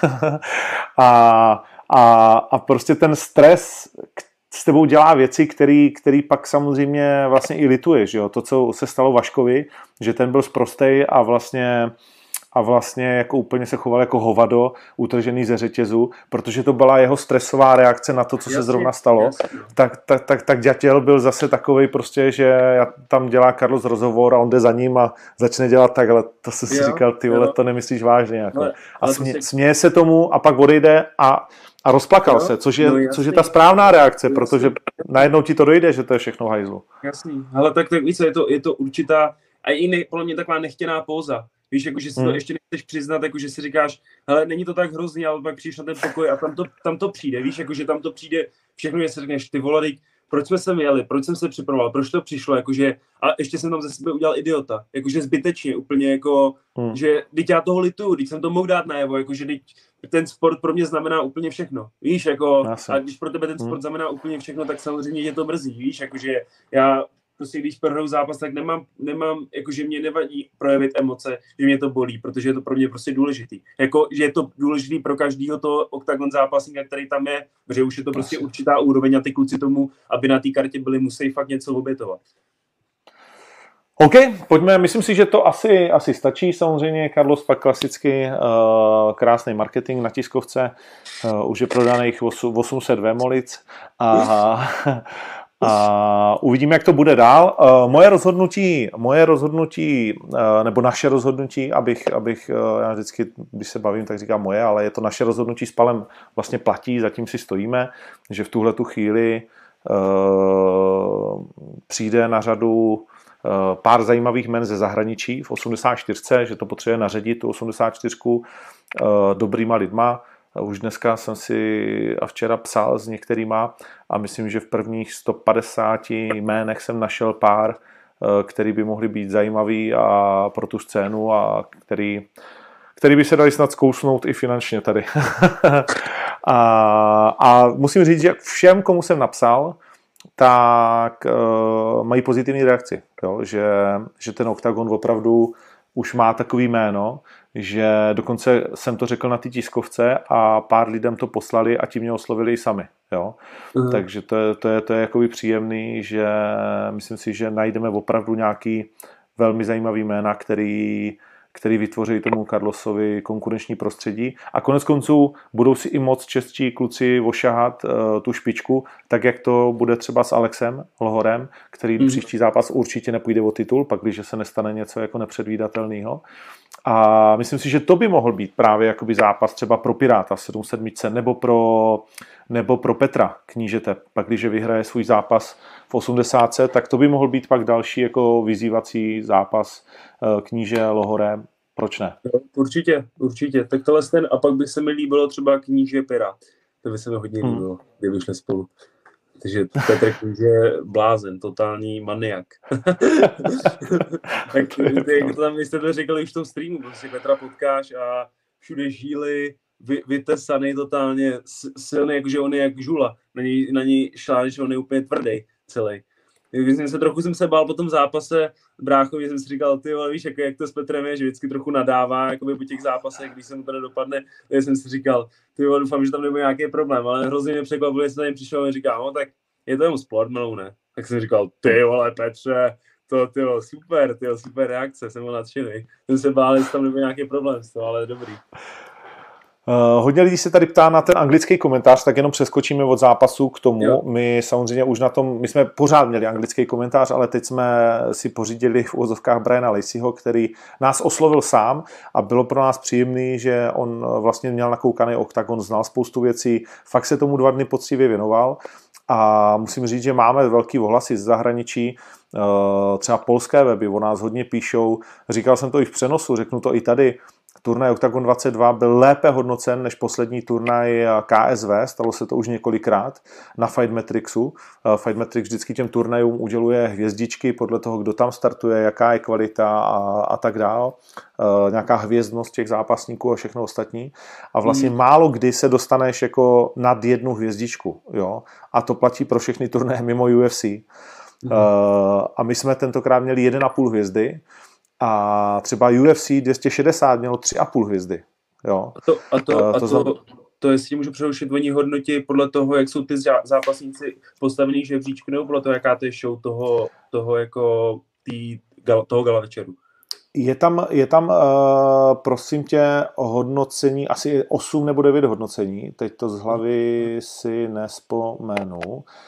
a prostě ten stres s tebou dělá věci, který pak samozřejmě vlastně i lituješ. Jo? To, co se stalo Vaškovi, že ten byl sprostej a vlastně jako úplně se choval jako hovado, utržený ze řetězu, protože to byla jeho stresová reakce na to, co se zrovna stalo. Tak Ďatěl byl zase takovej prostě, že tam dělá Carlos rozhovor a on jde za ním a začne dělat tak, ale to se si říkal, ty vole, to nemyslíš vážně. Jako. A směje se tomu a pak odejde a rozplakal se, což je ta správná reakce, protože najednou ti to dojde, že to je všechno v hajzlu. Jasný, ale tak víš, je to určitá, a i podle mě taková nechtěná póza. Víš, jako, že si to ještě nechceš přiznat, jako, že si říkáš, hele, není to tak hrozný, ale pak přijdeš na ten pokoj a tam to přijde, víš, jako, že tam to přijde všechno, že si řekneš, ty vole, proč jsme sem jeli, proč jsem se připravoval, proč to přišlo, jakože, a ještě jsem tam ze sebe udělal idiota, jakože zbytečně, úplně jako, že teď já toho lituju, teď jsem to mohl dát najevo, jakože ten sport pro mě znamená úplně všechno, víš, jako, a když pro tebe ten sport znamená úplně všechno, tak samozřejmě je to mrzí, víš, jakože já prostě když prohraju zápas, tak nemám, jakože mě nevadí projevit emoce, že mě to bolí, protože je to pro mě prostě důležitý. Jako, že je to důležitý pro každýho toho oktagon zápasníka, který tam je, protože už je to prostě určitá úroveň a ty kluci tomu, aby na té kartě byli, musí fakt něco obětovat. OK, pojďme, myslím si, že to asi stačí. Samozřejmě Carlos pak klasicky krásný marketing na tiskovce, už je prodaných 800 vémolic a uvidíme, jak to bude dál. Moje rozhodnutí, nebo naše rozhodnutí, já vždycky, když se bavím, tak říkám moje, ale je to naše rozhodnutí s Palem vlastně platí, zatím si stojíme, že v tuhletu chvíli přijde na řadu pár zajímavých men ze zahraničí v 84, že to potřebuje naředit tu 84 dobrýma lidma. Už dneska jsem si a včera psal s některýma a myslím, že v prvních 150 jménech jsem našel pár, který by mohli být zajímavý a pro tu scénu a který by se dali snad zkousnout i finančně tady. a musím říct, že všem, komu jsem napsal, tak mají pozitivní reakci. Jo? Že ten oktagon opravdu už má takový jméno, že dokonce jsem to řekl na té tiskovce a pár lidem to poslali a ti mě oslovili i sami. Jo? Takže to je jakoby příjemný, že myslím si, že najdeme opravdu nějaký velmi zajímavý jména, který vytvoří tomu Carlosovi konkurenční prostředí. A konec konců budou si i moc čeští kluci ošahat tu špičku, tak jak to bude třeba s Alexem Lohorem, který příští zápas určitě nepůjde o titul, pak když se nestane něco jako nepředvídatelného. A myslím si, že to by mohl být právě jakoby zápas třeba pro Piráta 7-7 nebo pro Petra Knížete. Pak když vyhraje svůj zápas v 80, tak to by mohl být pak další jako vyzývací zápas Kníže Lohore. Proč ne? Určitě. Tak tohle a pak by se mi líbilo třeba Kníže Pirát. To by se mi hodně líbilo, kdyby šli spolu. Takže Petr Kníže blázen, totální maniak. Tak jak to tam vy jste to řekli už v tom streamu, prostě Petra potkáš a všude žíly, vytesaný totálně, silný, jakože on je jak žula. Na něj šláš, že on je úplně tvrdý celý. Trochu jsem se bál po tom zápase bráchovi, jsem si říkal, ty vole, víš, jak to s Petrem je, že vždycky trochu nadává, jakoby po těch zápasech, když se mu to nedopadne, tak jsem si říkal, ty vole, doufám, že tam nebude nějaký problém, ale hrozně mě překvapilo, že jsem tady přišel a říkal, no tak je to jenom sport, ne? Tak jsem říkal, ty vole, Petře, to super reakce, jsem byl nadšený. Jsem se bál, že tam nebude nějaký problém s toho, ale dobrý. Hodně lidí se tady ptá na ten anglický komentář, tak jenom přeskočíme od zápasu k tomu. Jo. My samozřejmě už na tom, my jsme pořád měli anglický komentář, ale teď jsme si pořídili v uvozovkách Briana Laceyho, který nás oslovil sám a bylo pro nás příjemný, že on vlastně měl nakoukaný OKTAGON, znal spoustu věcí, fakt se tomu 2 dny poctivě věnoval a musím říct, že máme velký ohlasy z zahraničí, třeba polské weby o nás hodně píšou, říkal jsem to i v přenosu, řeknu to i tady. Turnaj OKTAGON 22 byl lépe hodnocen než poslední turnaj KSV, stalo se to už několikrát na Fight Matrixu. Fight Matrix vždycky těm turnajům uděluje hvězdičky podle toho, kdo tam startuje, jaká je kvalita a tak dál. Nějaká hvězdnost těch zápasníků a všechno ostatní. A vlastně málo kdy se dostaneš jako nad 1 hvězdičku. Jo? A to platí pro všechny turnaje mimo UFC. A my jsme tentokrát měli 1,5 hvězdy. A třeba UFC 260 mělo 3,5 hvězdy. Jo. To jestli můžu přerušit, oni hodnotí podle toho, jak jsou ty zápasníci postavený žebříčku, nebo podle toho, jaká to je show toho jako toho gala večeru? Je tam prosím tě, hodnocení, asi 8 nebo 9 hodnocení, teď to z hlavy si nespomenu,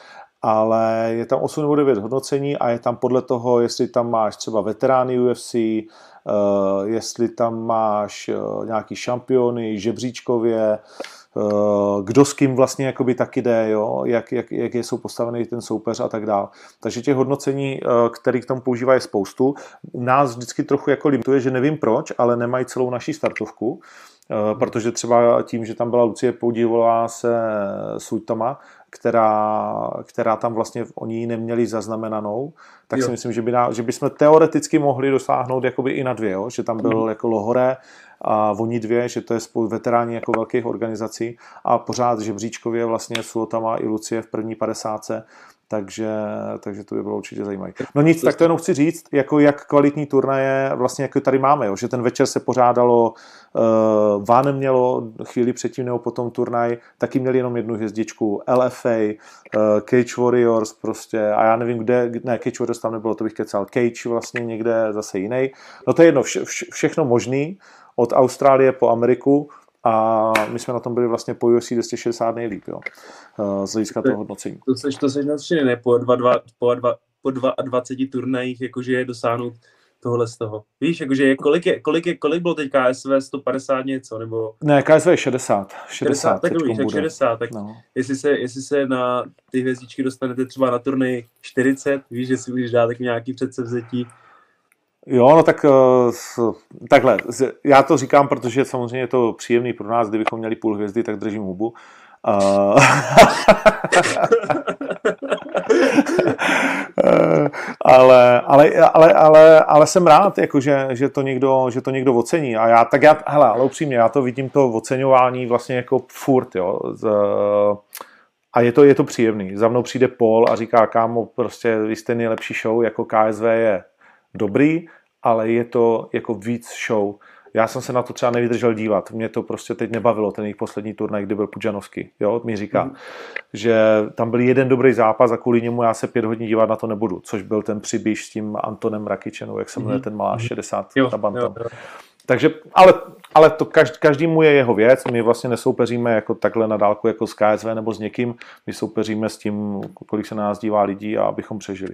ale je tam 8 nebo 9 hodnocení a je tam podle toho, jestli tam máš třeba veterány UFC, jestli tam máš nějaký šampiony, žebříčkově, kdo s kým vlastně jakoby taky jde, jo? Jak jsou postavený ten soupeř a tak dál. Takže těch hodnocení, který k tomu používají, je spoustu. Nás vždycky trochu jako limituje, že nevím proč, ale nemají celou naší startovku, protože třeba tím, že tam byla Lucie Poudivová se Suitama, která tam vlastně oni ji neměli zaznamenanou, tak si myslím, že bychom teoreticky mohli dosáhnout jakoby i na 2, jo? Že tam byl jako Lohore a oni 2, že to je spolu veteráni jako velkých organizací a pořád žebříčkově vlastně Suotama i Lucie v první 50. Takže to by bylo určitě zajímavé. No nic, tak to jenom chci říct, jako jak kvalitní turnaje vlastně jako tady máme, jo? Že ten večer se pořádalo, Van mělo chvíli předtím nebo potom turnaj, taky měli jenom 1 hvězdičku, LFA, Cage Warriors prostě a já nevím kde, ne, Cage Warriors tam nebylo, to bych kecal, Cage vlastně někde zase jiný. No to je jedno, všechno možný, od Austrálie po Ameriku, a my jsme na tom byli vlastně po UFC 260 nejlíp, jo, z hlediska toho hodnocení. To seš nadšený, ne? Po 22 turnajích, jakože dosáhnout tohle z toho. Víš, jakože kolik bylo teď KSV, 150 něco, nebo... Ne, KSV je 60 tak víš, tak 60, tak no. Jestli se na ty hvězdičky dostanete třeba na turnaj 40, víš, že si můžeš dát tak nějaký předsevzetí. Jo, no tak takhle, já to říkám, protože samozřejmě je to příjemný pro nás, kdybychom měli 0,5 hvězdy, tak držím hubu. Ale jsem rád, jako, že to někdo ocení. Ale upřímně, já to vidím to oceňování vlastně jako furt, jo. A je to příjemný. Za mnou přijde Paul a říká, kámo, prostě vy jste nejlepší show, jako KSV je dobrý, ale je to jako víc show. Já jsem se na to třeba nevydržel dívat. Mě to prostě teď nebavilo, ten jejich poslední turnaj, kdy byl Pujanovský. Jo, mi říká, že tam byl jeden dobrý zápas a kvůli němu já se 5 hodin dívat na to nebudu, což byl ten přibíž s tím Antonem Rakičenou, jak se jmenuje ten malá 60 ta bantam. Takže, ale to každému je jeho věc. My vlastně nesoupeříme jako takhle na dálku jako s KSV nebo s někým. My soupeříme s tím, kolik se na nás dívá lidí a abychom přežili.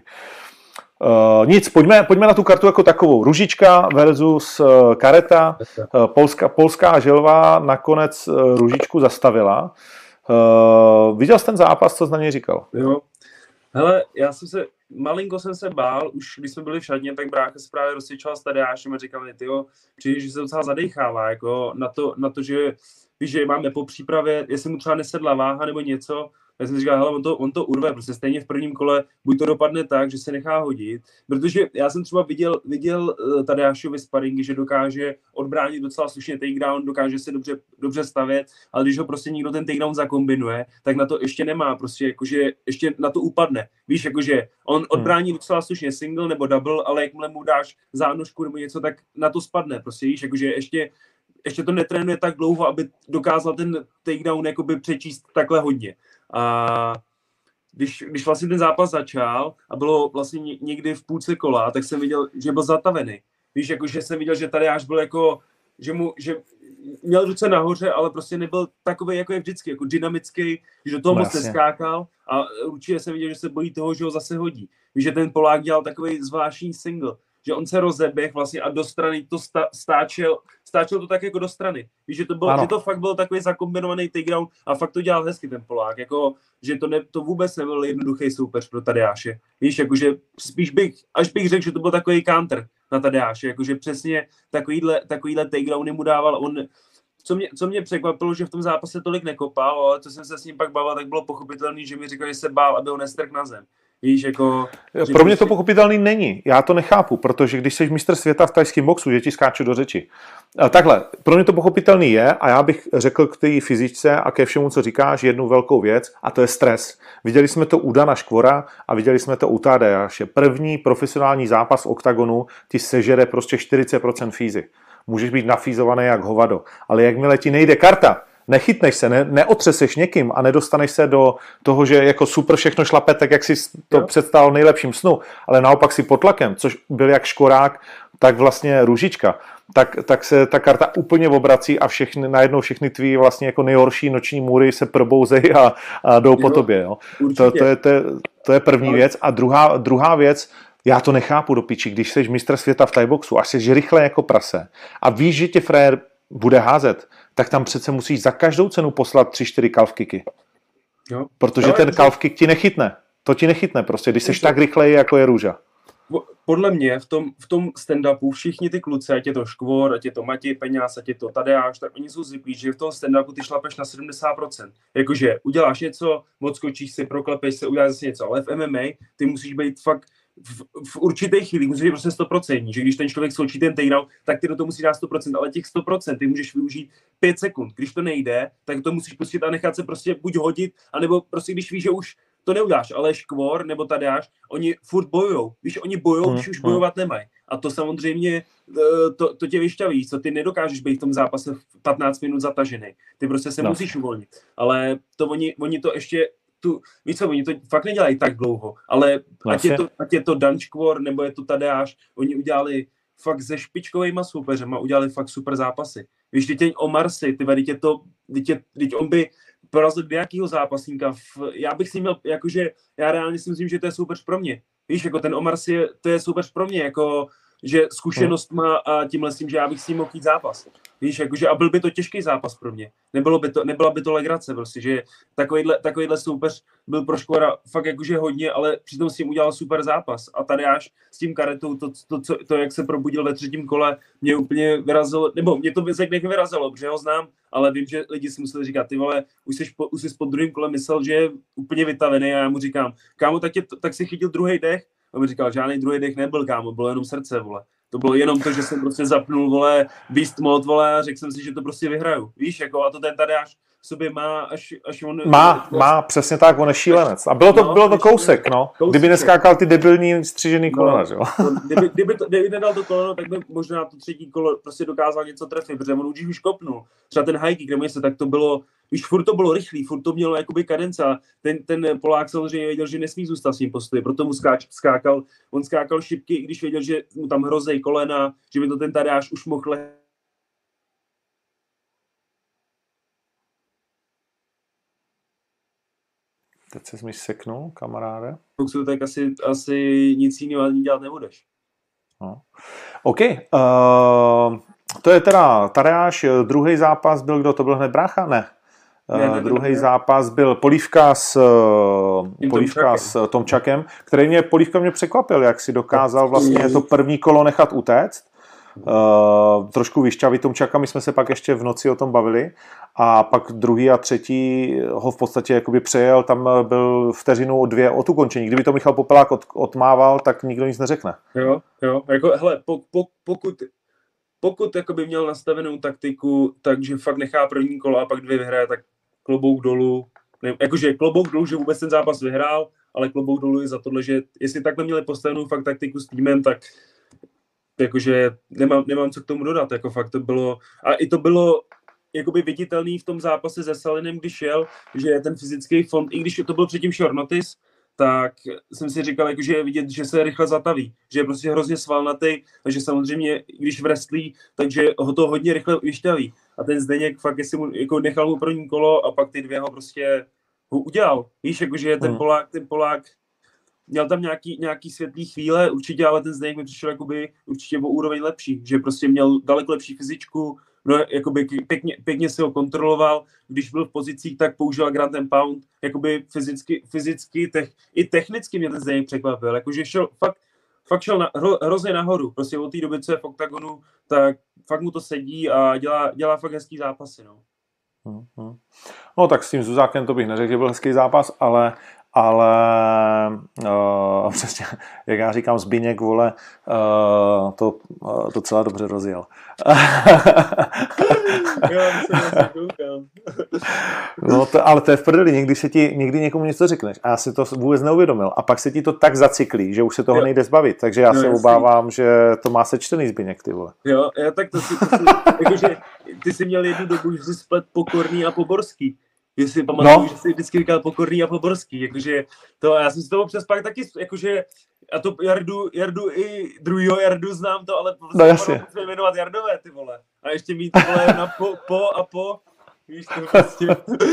Nic, pojďme na tu kartu jako takovou. Růžička versus kareta. Polská želva nakonec Růžičku zastavila. Viděl jsi ten zápas, co jsi na něj říkal? Jo. Hele, malinko jsem se bál, už když jsme byli v šatně, tak brácha se právě rozsvědčoval s Tadeášem a říkal mi, tyjo, přijde, že se docela zadechává, jako na to, že víš, že máme po přípravě, jestli mu třeba nesedla váha nebo něco. Já jsem říkal, hele, on to urve, prostě stejně v prvním kole buď to dopadne tak, že se nechá hodit, protože já jsem třeba viděl Tadeášovi sparingy, že dokáže odbránit docela slušně takedown, dokáže se dobře stavět, ale když ho prostě někdo ten takedown zakombinuje, tak na to ještě nemá, prostě jakože ještě na to upadne. Víš, jakože on odbrání docela slušně single nebo double, ale jakmile mu dáš zánožku nebo něco, tak na to spadne, prostě víš, jakože ještě to netrénuje tak dlouho, aby dokázal ten takedown jakoby přečíst takhle hodně. A když vlastně ten zápas začal a bylo vlastně někdy v půlce kola, tak jsem viděl, že byl zatavený. Víš, jakože jsem viděl, že tady až byl jako, že měl ruce nahoře, ale prostě nebyl takový, jako je vždycky, jako dynamický, že do toho moc neskákal a určitě jsem viděl, že se bojí toho, že ho zase hodí. Víš, že ten Polák dělal takový zvláštní single, že on se rozeběh vlastně a do strany to stáčel to tak jako do strany. Víš, že to fakt byl takový zakombinovaný takedown a fakt to dělal hezky ten Polák, jako, že to vůbec nebyl jednoduchý soupeř pro Tadeáše. Víš, jakože spíš až bych řekl, že to byl takový counter na Tadeáše, jakože přesně takovýhle takedowny mu dával on. Co mě překvapilo, že v tom zápase tolik nekopal, ale co jsem se s ním pak bavil, tak bylo pochopitelný, že mi říkal, že se bál, aby ho nestrk na zem. Víš, jako, pro mě to pochopitelný není. Já to nechápu, protože když jsi mistr světa v tajském boxu, že ti skáču do řeči. Takhle, pro mě to pochopitelný je a já bych řekl k té fyzičce a ke všemu, co říkáš, jednu velkou věc a to je stres. Viděli jsme to u Dana Škvora a viděli jsme to u Tadeáše. První profesionální zápas v oktagonu ti sežere prostě 40% fízy. Můžeš být nafízovaný jak hovado, ale jakmile ti nejde karta, nechytneš se, neotřeseš někým a nedostaneš se do toho, že jako super všechno šlape tak, jak si to představil v nejlepším snu, ale naopak si pod tlakem, což byl jak Škorák, tak vlastně Růžička, tak se ta karta úplně obrací a najednou všechny tvý vlastně jako nejhorší noční můry se probouzejí a jdou po tobě. Jo. To je první věc. A druhá věc, já to nechápu do piči, když jsi mistr světa v thaiboxu a jsi rychle jako prase a víš, že tě frér bude házet, tak tam přece musíš za každou cenu poslat 3-4 calf kicky. Jo. Protože ten calf kick ti nechytne. To ti nechytne prostě, když jsi tak rychlej, jako je Růža. Podle mě v tom stand-upu všichni ty kluci, ať je to Škvor, ať je to Matěj Peňáz, ať je to Tadeáš, tak oni jsou zvyklí, že v tom stand-upu ty šlapeš na 70%. Jakože uděláš něco, odskočíš si, proklepeš se, uděláš zase něco, ale v MMA ty musíš být fakt v určité chvíli musí být prostě 100%, že když ten člověk skočí ten takedown, tak ty do toho musí dát 100%, ale těch 100% ty můžeš využít 5 sekund. Když to nejde, tak to musíš pustit a nechat se prostě buď hodit, anebo prostě když víš, že už to neuděláš, ale Škvor nebo Tadeáš, oni furt bojujou. Víš, oni bojujou, když už bojovat nemají. A to samozřejmě, to tě vyšťaví, co ty nedokážeš být v tom zápase v 15 minut zatažený. Ty prostě se musíš uvolnit. Ale to oni to ještě víš co, oni to fakt nedělají tak dlouho, ale ať je to Dan Škvor, nebo je to Tadeáš, oni udělali fakt se špičkovejma soupeřema, udělali fakt super zápasy. Víš, teď Omar Sy, teď on by porazil nějakýho zápasníka, já bych si měl, jakože, já reálně si myslím, že to je soupeř pro mě. Víš, jako ten Omar Sy, to je soupeř pro mě, jako, že zkušenost má a tímhle s tím, že já bych s ním mohl jít zápas. Víš, jakože, a byl by to těžký zápas pro mě. Nebyla by to legrace, prostě, že takovýhle soupeř byl pro Škvora fakt jakože hodně, ale přitom s tím udělal super zápas. A tady až s tím karetou, to jak se probudil ve třetím kole, mě úplně vyrazilo, nebo mě to vyrazilo, protože ho znám, ale vím, že lidi si museli říkat, ty vole, už jsi pod druhým kolem myslel, že je úplně vytavený a já mu říkám, kámo, tak si chytil druhý dech. A mi říkal, žádný druhý dech nebyl, kámo, bylo jenom srdce, vole. To bylo jenom to, že jsem prostě zapnul, vole, beast mode, vole, a řekl jsem si, že to prostě vyhraju. Víš, jako, a to ten Tadeáš v sobě má, až on... Má, přesně tak, on je šílenec. A bylo to kousek, no. Kdyby neskákal ty debilní střižený kolena, že jo. Kdyby nedal to koleno, tak by možná to třetí kolo prostě dokázal něco trefit, protože on už kopnul. Třeba ten high kick, nebo něco, tak to bylo, víš, furt to bylo rychlý, furt to mělo jakoby kadence. Ten Polák samozřejmě věděl, že nesmí zůstat s tím postoji, proto mu skákal šipky, i když věděl, že mu tam hrozí kolena, že by to ten Tadeáš už mohl. Teď se mi seknul, kamaráde. Tak asi nic jiného ani dělat nebudeš. No. OK. To je teda Tadeáš. Druhý zápas byl kdo? To byl hned Brácha? Ne. Druhý zápas byl Polívka s Tomčakem, který Polívka mě překvapil, jak si dokázal vlastně to první kolo nechat utéct. Trošku vyšťavit Tomčaka, my jsme se pak ještě v noci o tom bavili a pak druhý a třetí ho v podstatě jakoby přejel, tam byl vteřinu 2 od ukončení. Kdyby to Michal Popelák odmával, tak nikdo nic neřekne. Jo, jako hele, pokud jakoby měl nastavenou taktiku, takže fakt nechá první kolo a pak 2 vyhraje, tak klobouk dolů. Jakože klobouk dolů, že vůbec ten zápas vyhrál, ale klobouk dolů je za tohle, že jestli takhle měli postavenou fakt taktiku s týmem, tak jakože nemám co k tomu dodat, jako fakt to bylo, a i to bylo jakoby viditelný v tom zápase se Salinem, když šel, že ten fyzický fond, i když to byl předtím short notice, tak jsem si říkal, jakože je vidět, že se rychle zataví, že je prostě hrozně svalnatý, takže samozřejmě, když wrestlí, takže ho to hodně rychle vyšťaví. A ten Zdeněk fakt, jestli mu jako nechal mu první kolo a pak ty 2 ho prostě udělal. Víš, jakože ten Polák měl tam nějaký světlý chvíle, určitě, ale ten Zdeněk mi přišel jakoby určitě o úroveň lepší, že prostě měl daleko lepší fyzičku, no, jakoby pěkně si ho kontroloval, když byl v pozicích, tak používal ground and pound, jakoby fyzicky i technicky mě ten Zdeněk překvapil, jakože fakt šel hrozně nahoru, prostě od té doby, co je v oktagonu, tak fakt mu to sedí a dělá fakt hezký zápasy, no. No tak s tím Zuzákem to bych neřekl, že byl hezký zápas, ale přesně, jak já říkám, Zbyněk, vole, to docela dobře rozjel. No ale to je v prdeli, někdy někomu něco řekneš a já si to vůbec neuvědomil a pak se ti to tak zacyklí, že už se toho nejde zbavit, takže já se obávám, že to má sečtený Zbyněk, ty vole. Jo, já tak to si jakože ty jsi měl jednu dobu, že jsi splet Pokorný a Poborský. Jestli pamatuju, že jsi vždycky říkal Pokorný a Poborský, jakože to, já jsem si toho přes pak taky, jakože, a to Jardu i druhýho Jardu znám to, ale prostě musíme jmenovat Jardové, ty vole. A ještě mít, ty vole, na po, víš, to prostě.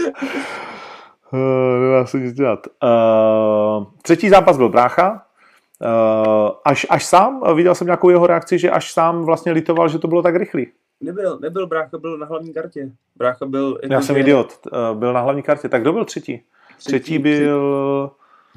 Nedá se nic dělat. Třetí zápas byl Brácha. Až sám, viděl jsem nějakou jeho reakci, že až sám vlastně litoval, že to bylo tak rychlý. Nebyl, Brácha byl na hlavní kartě. Brácha byl... Já jsem idiot, byl na hlavní kartě. Tak kdo byl třetí? Třetí byl...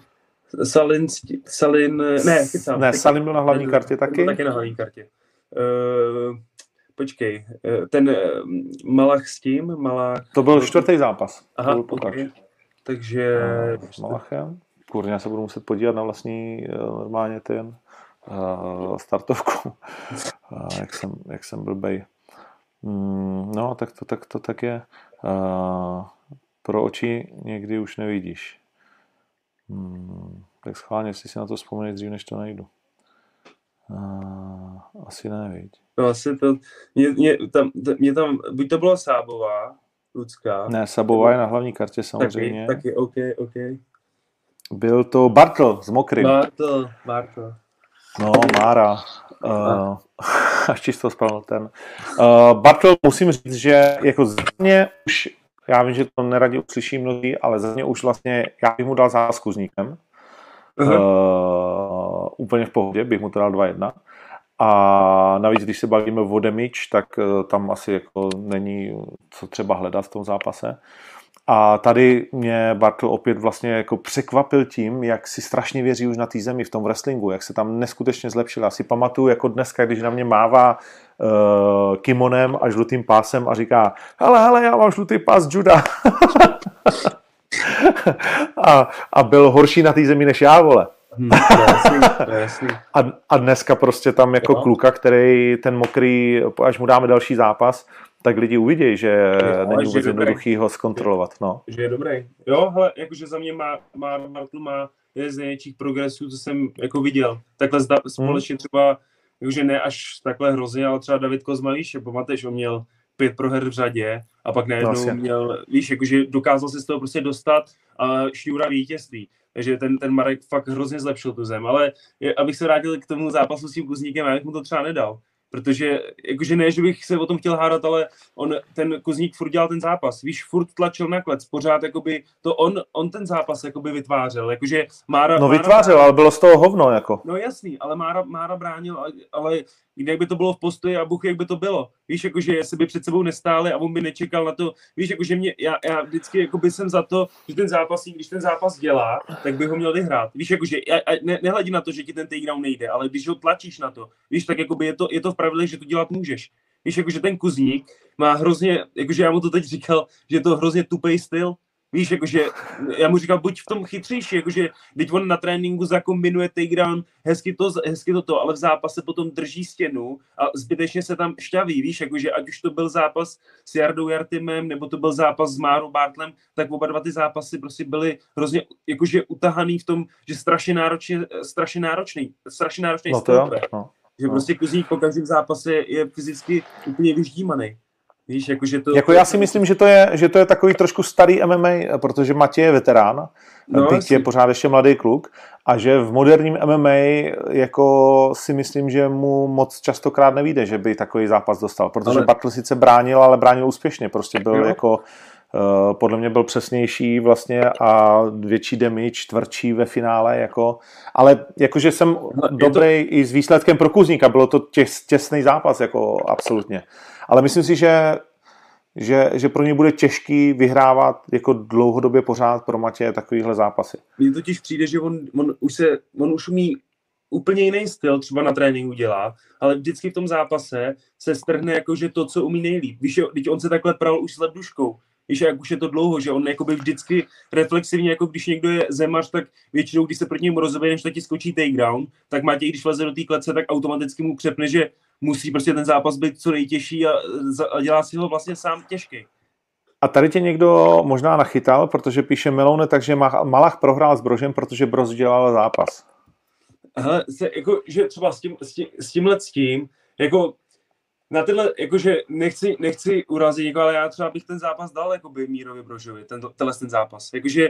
Salin... Ne, Salin byl na hlavní kartě taky? Byl taky na hlavní kartě. Počkej, ten Malach s tím? To byl čtvrtý zápas. Aha, okay. Takže... S Malachem? Kurně, já se budu muset podívat na vlastní normálně ten startovku. Jak jsem blbej. No, tak to tak je. Pro oči někdy už nevidíš. Tak schválně, jestli si na to vzpomeneš dřív, než to najdu. Asi ne, viď. No asi to... Mě tam buď to byla Sábová, Lucka. Ne, Sábová je na hlavní kartě samozřejmě. Taky, OK. Byl to Bartl z Mokrym. Bartl. No, Mára. Až čisto spal ten. Bartl, musím říct, že jako za mě už, já vím, že to neradě uslyší mnozí, ale za mě už vlastně, já bych mu dal zásku s Níkem. Úplně v pohodě, bych mu to dal 2-1. A navíc, když se bavíme o damage, tak tam asi jako není co třeba hledat v tom zápase. A tady mě Bartl opět vlastně jako překvapil tím, jak si strašně věří už na té zemi v tom wrestlingu, jak se tam neskutečně zlepšil. Já si pamatuju jako dneska, když na mě mává kimonem a žlutým pásem a říká hele, já mám žlutý pás juda. a byl horší na té zemi než já, vole. Jasný. A dneska prostě tam jako kluka, který ten Mokrý, až mu dáme další zápas, tak lidi uvidějí, že není vůbec že jednoduchý ho zkontrolovat. No. Že je dobrý. Jo, hele, jakože za mě má Bartl má jeden z největších progresů, co jsem jako viděl. Takhle společně třeba, jakože ne až takhle hrozně, ale třeba David Kozma, víš, pamatuješ, on měl 5 proher v řadě a pak najednou měl, víš, jakože dokázal se z toho prostě dostat a šňůra vítězství. Takže ten Marek fakt hrozně zlepšil tu zem, ale abych se vrátil k tomu zápasu s tím Kuzníkem, já bych mu to třeba nedal. Protože, jakože ne, že bych se o tom chtěl hádat, ale ten Kuzník furt dělal ten zápas. Víš, furt tlačil na klec, pořád jakoby to on ten zápas jakoby vytvářel. Jakože Mára vytvářel, ale bylo z toho hovno, jako. No jasný, ale Mára bránil, ale jak by to bylo v postoji a Bůh, jak by to bylo. Víš, jakože jestli by před sebou nestáli a on by nečekal na to. Víš, jakože já vždycky jakoby jsem za to, že ten zápasník, když ten zápas dělá, tak by ho měl vyhrát. Víš, jakože nehledí na to, že ti ten takedown nejde, ale když ho tlačíš na to, víš, tak jakoby je to v pravidlech, že to dělat můžeš. Víš, jakože ten Kuzník má hrozně, jakože já mu to teď říkal, že je to hrozně tupej styl. Víš, jakože já mu říkal, buď v tom chytřejší, jakože teď on na tréninku zakombinuje takedown, hezky to, ale v zápase potom drží stěnu a zbytečně se tam šťaví, víš, jakože ať už to byl zápas s Jardou Jartimem, nebo to byl zápas s Márou Bartlem, tak oba dva ty zápasy prostě byly hrozně jakože utahaný v tom, že strašně náročný no styl. Že prostě Kuzník po každém zápase je fyzicky úplně vyždímaný. Víš, jako já si myslím, že to je takový trošku starý MMA, protože Matěj je veterán, byť je pořád ještě mladý kluk, a že v moderním MMA jako si myslím, že mu moc častokrát nevíde, že by takový zápas dostal, protože Bartl sice bránil, ale bránil úspěšně, prostě byl jako podle mě byl přesnější vlastně a větší damage, tvrdší ve finále, jako, ale jakože jsem dobrý i s výsledkem pro Kuzníka, bylo to těsný zápas, jako absolutně. Ale myslím si, že pro ně bude těžký vyhrávat jako dlouhodobě pořád pro Matěje takovýhle zápasy. Mně totiž přijde, že on už umí úplně jiný styl, třeba na tréninku dělá, ale vždycky v tom zápase se strhne jakože to, co umí nejlíp. Víš, když on se takhle pral už s ledduškou, víš, jak už je to dlouho, že on jakoby vždycky reflexivně, jako když někdo je zemař, tak většinou, když se proti němu rozeběhneš, tak ti skočí takedown, tak Matěj, když vleze do té klece, tak automaticky mu přepne, že musí prostě ten zápas být co nejtěžší a dělá si ho vlastně sám těžký. A tady tě někdo možná nachytal, protože píše Meloune, takže Malach prohrál s Brožem, protože Brož dělal zápas. Hele, jako, že třeba s tímhletím, jako na tyhle, jakože nechci urazit někoho, ale já třeba bych ten zápas dal jakoby Mírovi Brožovi, ten zápas. Jakože,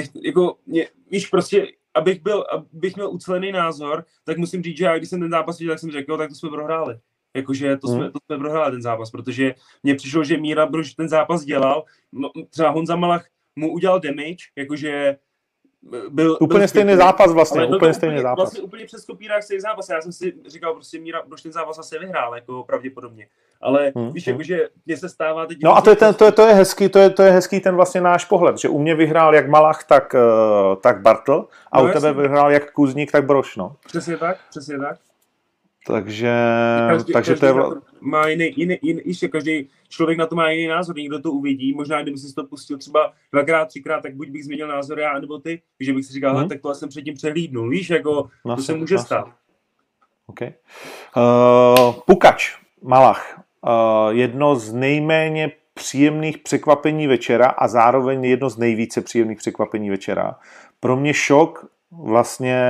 víš, prostě, abych měl ucelený názor, tak musím říct, že já, když jsem ten zápas viděl, tak jsem řekl, tak to jsme prohráli. Jakože to jsme prohráli ten zápas, protože mně přišlo, že Míra Brož ten zápas dělal, no, třeba Honza Malach mu udělal damage, jakože byl stejný zápas vlastně, úplně stejný zápas. Vlastně úplně přes kopírák stejný zápas. Já jsem si říkal, prostě Míra Brož ten zápas asi vyhrál, jako pravděpodobně. Ale víš, jakože mně se stává teď... No a to je hezký ten vlastně náš pohled, že u mě vyhrál jak Malach, tak Bartl a u tebe vyhrál jak Kuzník, tak Brož, no. Přesně tak. Takže to je... Má každý člověk na to má jiný názor, někdo to uvidí, možná kdyby si to pustil třeba 2x, 3x, tak buď bych změnil názor já, nebo ty, že bych si říkal, tak tohle jsem předtím přehlídnul, víš, jako to se může stát. Okay. Pukač, Malach, jedno z nejméně příjemných překvapení večera a zároveň jedno z nejvíce příjemných překvapení večera. Pro mě šok vlastně...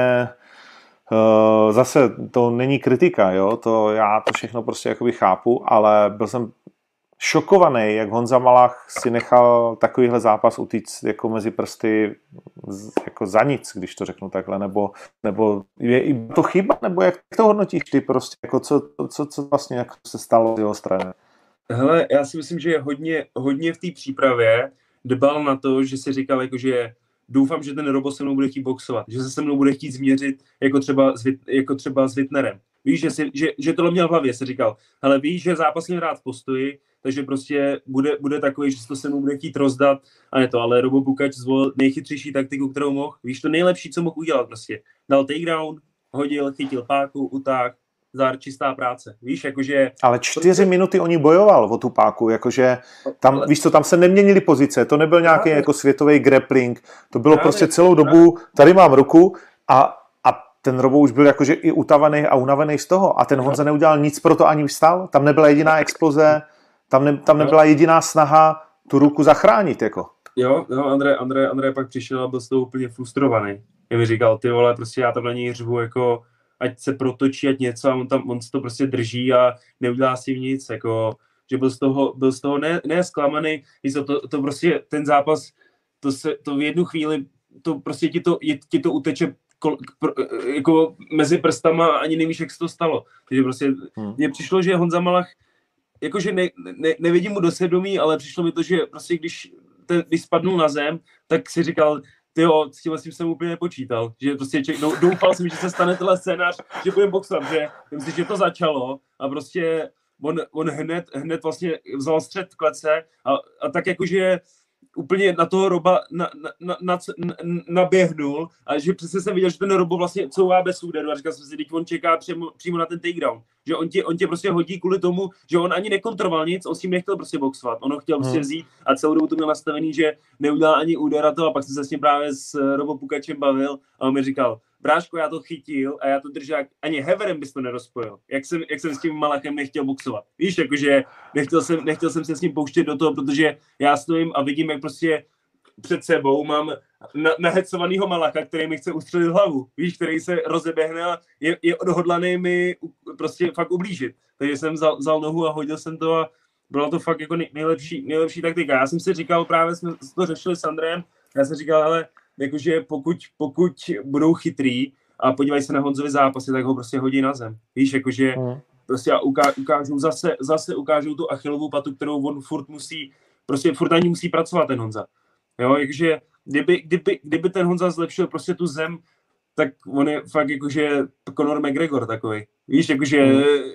Zase to není kritika, jo? Já to všechno prostě jakoby chápu, ale byl jsem šokovaný, jak Honza Malach si nechal takovýhle zápas utíct jako mezi prsty jako za nic, když to řeknu takhle, nebo je to chyba, nebo jak to hodnotíš ty prostě, jako co vlastně jako se stalo z jeho strany? Hele, já si myslím, že je hodně v té přípravě dbal na to, že si říkal, jako, že doufám, že ten Robo se mnou bude chtít boxovat, že se mnou bude chtít změřit jako třeba s Wittnerem. Víš, že tohle měl v hlavě, se říkal, hele, víš, že zápas měl rád v postoji, takže prostě bude takový, že se to se mnou bude chtít rozdat a ne to, ale Robo Pukač zvolil nejchytřejší taktiku, kterou mohl. Víš, to nejlepší, co mohl udělat prostě. Dal takedown, hodil, chytil páku, utáh, čistá práce. Víš, jakože... Ale 4 minuty oni bojoval o tu páku, jakože tam, víš co, tam se neměnily pozice, to nebyl nějaký jako světový grappling, to bylo prostě celou dobu, tady mám ruku a ten Robo už byl jakože i utavený a unavený z toho a ten Honza neudělal nic pro to, ani vstal, tam nebyla jediná exploze, Tam nebyla jediná snaha tu ruku zachránit, jako. Jo, Andrej pak přišel a byl z toho úplně frustrovaný. Já mi říkal, ty vole, prostě já tam na něj řvu, jako, ať se protočí, ať něco, a on se to prostě drží a neudělá si nic, jako, že byl z toho ne zklamaný, to prostě ten zápas, to v jednu chvíli, to prostě ti to uteče jako mezi prstama a ani nevíš, jak se to stalo. Takže prostě mně přišlo, že Honza Malach, jakože nevidím mu do svědomí, ale přišlo mi to, že prostě když spadnul na zem, tak si říkal, tyjo, s tím jsem úplně nepočítal, že prostě doufal jsem, že se stane tenhle scénář, že budeme boxovat, že myslím, že to začalo a prostě on hned vlastně vzal střed klece a tak jakože úplně na toho Roba naběhnul a že přesně jsem viděl, že ten Robo vlastně couvá bez úderu a říkal jsem si, teď on čeká přímo na ten takedown, že on tě prostě hodí kvůli tomu, že on ani nekontroval nic, on s tím nechtěl prostě boxovat, on ho chtěl prostě vzít a celou dobu to měl nastavený, že neudělá ani úder a to a pak jsem se s ním právě s Robo Pukačem bavil a on mi říkal, bráško, já to chytil a já to držel, ani heverem bys to nerozpojil. Jak jsem s tím Malachem nechtěl boxovat. Víš, jakože nechtěl jsem se s ním pouštět do toho, protože já stojím a vidím, jak prostě před sebou mám nahecovanýho Malacha, který mi chce ustřelit hlavu. Víš, který se rozeběhne a je odhodlaný mi prostě fakt ublížit. Takže jsem vzal nohu a hodil jsem to a byla to fakt jako nejlepší taktika. Já jsem si říkal, právě jsme to řešili s Andrejem, já jsem říkal, ale jakože pokud budou chytrý a podívají se na Honzovi zápasy, tak ho prostě hodí na zem. Víš, jakože prostě ukážou zase ukážou tu Achillovou patu, kterou on furt ani musí pracovat ten Honza. Jo, jakože kdyby ten Honza zlepšil prostě tu zem, tak on je fakt jakože Conor McGregor takovej. Víš, jakože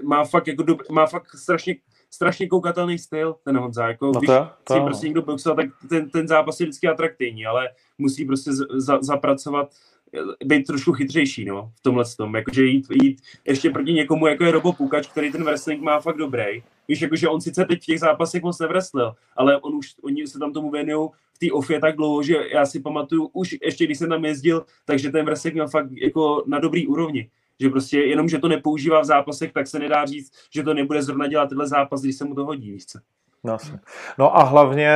má fakt strašně koukatelný styl, ten Honza, jako když si prostě někdo boxoval, tak ten zápas je vždycky atraktivní, ale musí prostě zapracovat, být trošku chytřejší, no, v tomhle tom, jakože jít ještě proti někomu, jako je Robo Pukač, který ten wrestling má fakt dobrý. Víš, jakože on sice teď v těch zápasech moc nevrestlil, ale oni se tam tomu věnují v té offě tak dlouho, že já si pamatuju, už ještě když jsem tam jezdil, takže ten wrestling měl fakt jako na dobrý úrovni. Že prostě jenom, že to nepoužívá v zápasech, tak se nedá říct, že to nebude zrovna dělat tenhle zápas, když se mu to hodí, víš co? No a hlavně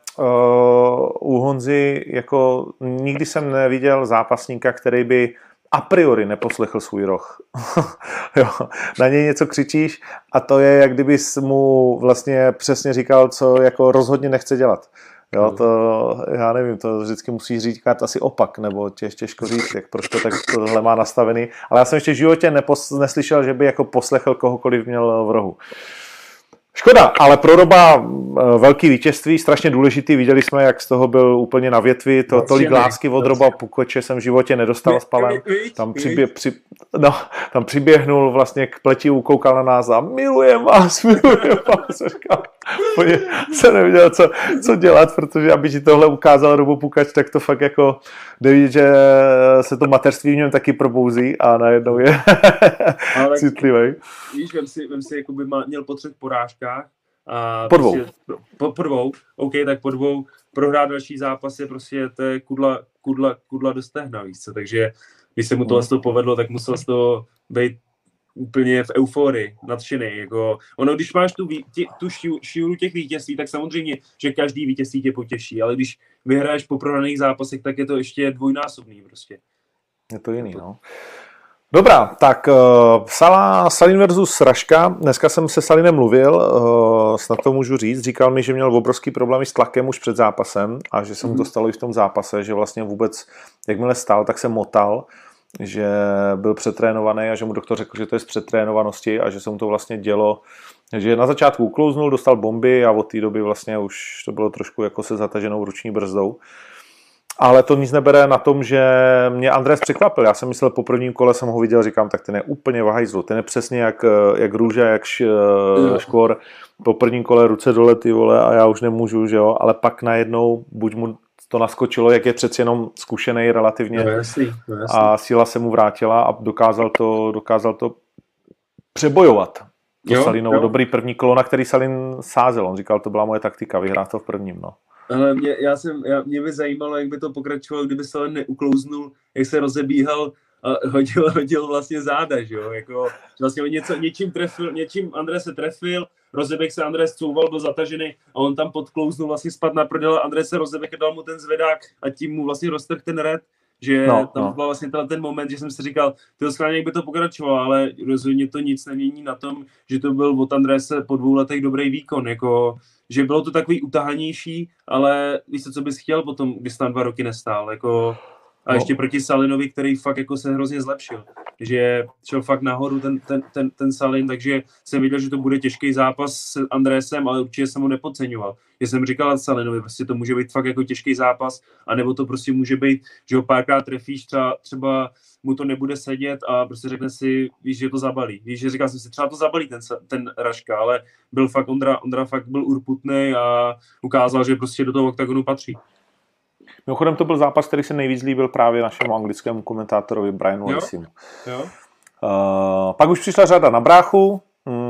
u Honzy, jako nikdy jsem neviděl zápasníka, který by a priori neposlechl svůj roh. Jo, na něj něco křičíš a to je, jak kdybys mu vlastně přesně říkal, co jako rozhodně nechce dělat. Jo, to, já nevím, to vždycky musíš říkat asi opak, nebo těžko říct, jak proč to tak tohle má nastavený. Ale já jsem ještě v životě neslyšel, že by jako poslechl kohokoliv měl v rohu. Škoda, ale pro Roba velký vítězství, strašně důležitý. Viděli jsme, jak z toho byl úplně na větvi. Tolik lásky od Roba Pukače jsem v životě nedostal s Palem. Tam přiběhnul vlastně k pletiu, koukal na nás a milujem vás. Jsem nevěděl, co dělat, protože aby ti tohle ukázal Robo Pukač, tak to fakt jako jde vidět, že se to mateřství v něm taky probouzí a najednou je citlivý. Víš, vem si jako by měl po 3 porážkách. A po 2. Prostě, po 2, OK, tak po 2 prohrát další zápasy, prostě to je kudla do stehna, víš co, takže když se mu tohle z toho povedlo, tak musel z toho být úplně v euforii, nadšený, jako ono, když máš tu šíru těch vítězství, tak samozřejmě, že každý vítězství tě potěší, ale když vyhraješ po prohraných zápasech, tak je to ještě dvojnásobný prostě. Je to jiný, no. Dobrá, tak Salin versus Raška. Dneska jsem se Salinem mluvil, snad to můžu říct. Říkal mi, že měl obrovský problémy s tlakem už před zápasem a že se mu to stalo i v tom zápase, že vlastně vůbec, jakmile stál, tak se motal, že byl přetrénovaný a že mu doktor řekl, že to je z přetrénovanosti a že se mu to vlastně dělo, že na začátku uklouznul, dostal bomby a od té doby vlastně už to bylo trošku jako se zataženou ruční brzdou. Ale to nic nebere na tom, že mě Andrés překvapil. Já jsem myslel, po prvním kole jsem ho viděl, říkám, tak ten je úplně v hajzlu. Ten je přesně jak Růža, jak Škvor. Po prvním kole ruce dole, ty vole, a já už nemůžu, že jo. Ale pak najednou, buď mu to naskočilo, jak je přeci jenom zkušenej relativně. No, jasný. A síla se mu vrátila a dokázal to přebojovat. Salinovou dobrý první kolo, na který Salin sázel. On říkal, to byla moje taktika, vyhrát to v prvním, no. Ale mě by zajímalo, jak by to pokračovalo, kdyby Salin neuklouznul, jak se rozebíhal a hodil vlastně záda, že jo, jako vlastně něčím Andrés se trefil, rozeběh se Andrés couval, byl zatažený a on tam podklouznul, vlastně spadl na prdele, Andrés se rozeběh, dal mu ten zvedák a tím mu vlastně roztrhl ten red, že tam byl vlastně ten moment, že jsem si říkal, tyho skláně, jak by to pokračovalo, ale rozhodně to nic nemění na tom, že to byl od Andrése po 2 letech dobrý výkon, jako, že bylo to takový utahanější, ale víš co bys chtěl potom, když tam 2 roky nestál, jako, a ještě proti Salinovi, který fakt jako se hrozně zlepšil, že šel fakt nahoru ten Salin, takže jsem viděl, že to bude těžký zápas s Andrésem, ale určitě jsem ho nepodceňoval. Já jsem říkal Salinovi, prostě to může být fakt jako těžký zápas, anebo to prostě může být, že ho párkrát trefíš, třeba mu to nebude sedět a prostě řekne si, víš, že to zabalí. Víš, že říkal jsem si, třeba to zabalí ten Raška, ale byl fakt Ondra fakt byl urputný a ukázal, že prostě do toho oktagonu patří. Mimochodem to byl zápas, který se nejvíc líbil právě našemu anglickému komentátorovi Brianu Laceymu. Pak už přišla řada na bráchu,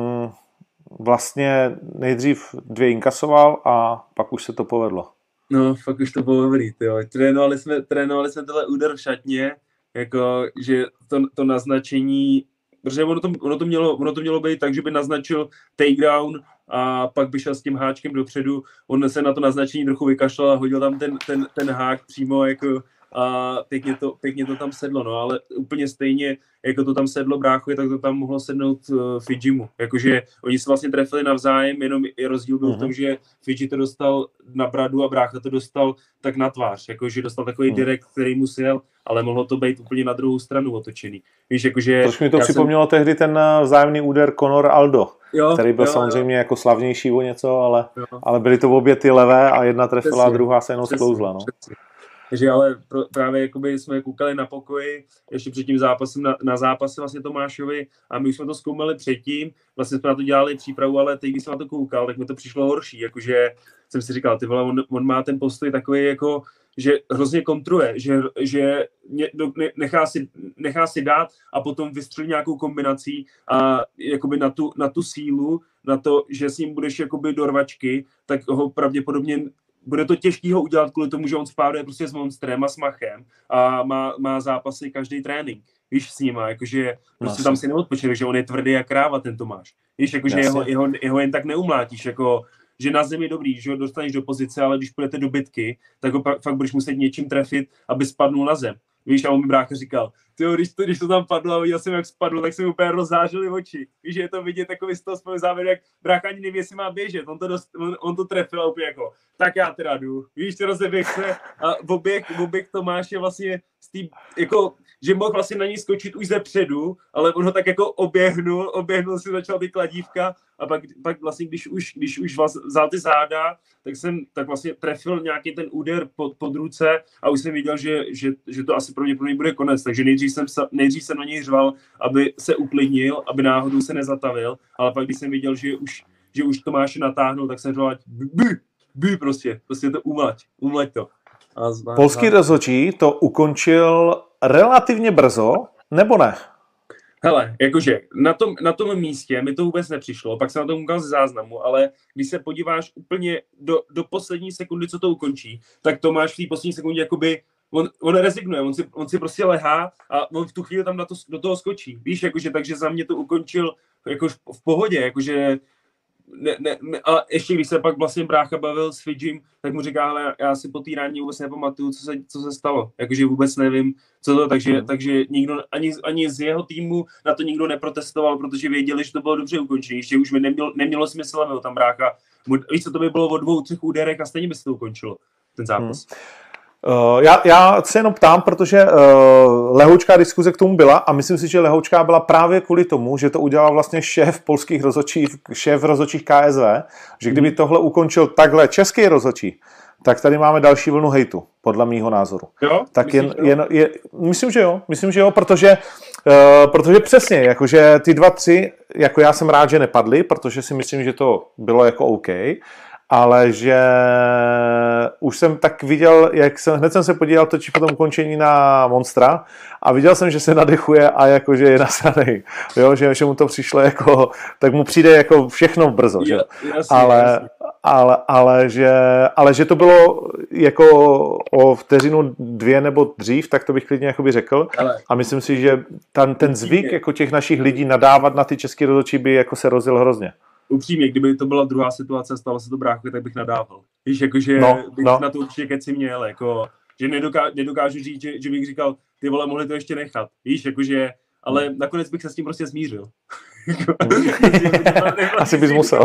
vlastně nejdřív 2 inkasoval a pak už se to povedlo. No, fakt už to bylo dobrý, tyjo. Trénovali jsme tenhle úder v šatně, jako, že to naznačení, protože ono to mělo být tak, že by naznačil takedown a pak by šel s tím háčkem dopředu, on se na to naznačení trochu vykašlal a hodil tam ten hák přímo jako a pěkně to tam sedlo, no, ale úplně stejně, jako to tam sedlo bráchovi, tak to tam mohlo sednout Fidžimu, jakože oni se vlastně trefili navzájem, jenom rozdíl byl v tom, že Fidži to dostal na bradu a brácha to dostal tak na tvář, jakože dostal takový direkt, který mu sjel, ale mohlo to být úplně na druhou stranu otočený. Víš, jakože... Trošku mi to připomnělo tehdy ten vzájemný úder Conor Aldo, který byl samozřejmě jako slavnější o něco, ale byly to obě ty levé a jedna trefila a druhá se jenom sklouzla, no. Takže ale právě jakoby jsme koukali na pokoji ještě před tím zápasem na zápase vlastně Tomášovi a my už jsme to zkoumali předtím, vlastně jsme na to dělali přípravu, ale teď, když jsem na to koukal, tak mi to přišlo horší, jakože jsem si říkal, ty vole, on má ten postoj takový jako, že hrozně kontruje, že nechá si dát a potom vystřelí nějakou kombinací a jakoby na tu sílu, na to, že s ním budeš jakoby do rvačky, tak ho pravděpodobně bude to těžký ho udělat kvůli tomu, že on spáduje prostě s monstrem a s machem a má zápasy každý trénink. Víš, s nima, jakože prostě tam si neodpočineš, že on je tvrdý jak kráva, ten Tomáš. Víš, jakože jeho jen tak neumlátíš, jako že na zemi dobrý, že ho dostaneš do pozice, ale když půjdete do bitky, tak ho fakt budeš muset něčím trefit, aby spadnul na zem. Víš, a on mi brácha říkal, tyjo, když to tam padlo a viděl jsem, jak spadlo, tak se mi úplně rozzářily oči. Víš, že je to vidět takový z toho závěru, jak brácha ani neví, jestli má běžet. On to trefil a úplně jako, tak já teda jdu. Víš, to rozeběh se a oběh Tomáš je vlastně jako, že mohl vlastně na ní skočit už ze předu, ale on ho tak jako oběhnul si, začal ty kladívka a pak vlastně, když už vzal ty záda, tak vlastně trefil nějaký ten úder pod ruce a už jsem viděl, že to asi pro mě bude konec, takže nejdřív jsem na něj řval, aby se uklidnil, aby náhodou se nezatavil, ale pak když jsem viděl, že už Tomáše natáhnul, tak jsem řval, prostě to umlať to. Polský rozhodčí to ukončil relativně brzo, nebo ne? Hele, jakože na tom místě mi to vůbec nepřišlo, pak jsem na to koukal ze záznamu, ale když se podíváš úplně do poslední sekundy, co to ukončí, tak Tomáš v té poslední sekundě jakoby on rezignuje, on si prostě lehá a on v tu chvíli tam do toho skočí. Víš, jakože, takže za mě to ukončil jako v pohodě, jakože a ještě když se pak vlastně brácha bavil s Fidžim, tak mu říká, ale já si po té ráně vůbec nepamatuju, co se stalo. Jakože vůbec nevím, co to, takže nikdo, ani z jeho týmu na to nikdo neprotestoval, protože věděli, že to bylo dobře ukončené. Ještě už mi nemělo smysl, aby ho tam brácha. Víš co, to by bylo o 2-3 úderech a stejně by se to ukončilo, ten zápas. Já se jenom ptám, protože lehoučká diskuze k tomu byla a myslím si, že lehoučká byla právě kvůli tomu, že to udělal vlastně šéf polských rozhodčích, šéf rozhodčích KSV, že kdyby tohle ukončil takhle český rozhodčí, tak tady máme další vlnu hejtu, podle mýho názoru. Jo? Tak myslím, že jo, protože přesně, jakože ty 2-3, jako já jsem rád, že nepadly, protože si myslím, že to bylo jako OK, ale že už jsem tak viděl, hned jsem se podíval točit po tom ukončení na Monstra a viděl jsem, že se nadechuje a jakože je nasranej, jo, že mu to přišlo jako, tak mu přijde jako všechno brzo, že? Jasně. Ale že to bylo jako o vteřinu 2 nebo dřív, tak to bych klidně jakoby řekl. A myslím si, že ten zvyk jako těch našich lidí nadávat na ty české rozhodčí by jako se rozjel hrozně. Upřímně, kdyby to byla druhá situace, stalo se to bráchu, tak bych nadával. Víš, jakože bych na to určitě keci měl, jako, že nedokážu říct, že bych říkal, ty vole, mohli to ještě nechat. Víš, jakože, ale nakonec bych se s tím prostě smířil. Asi bys musel.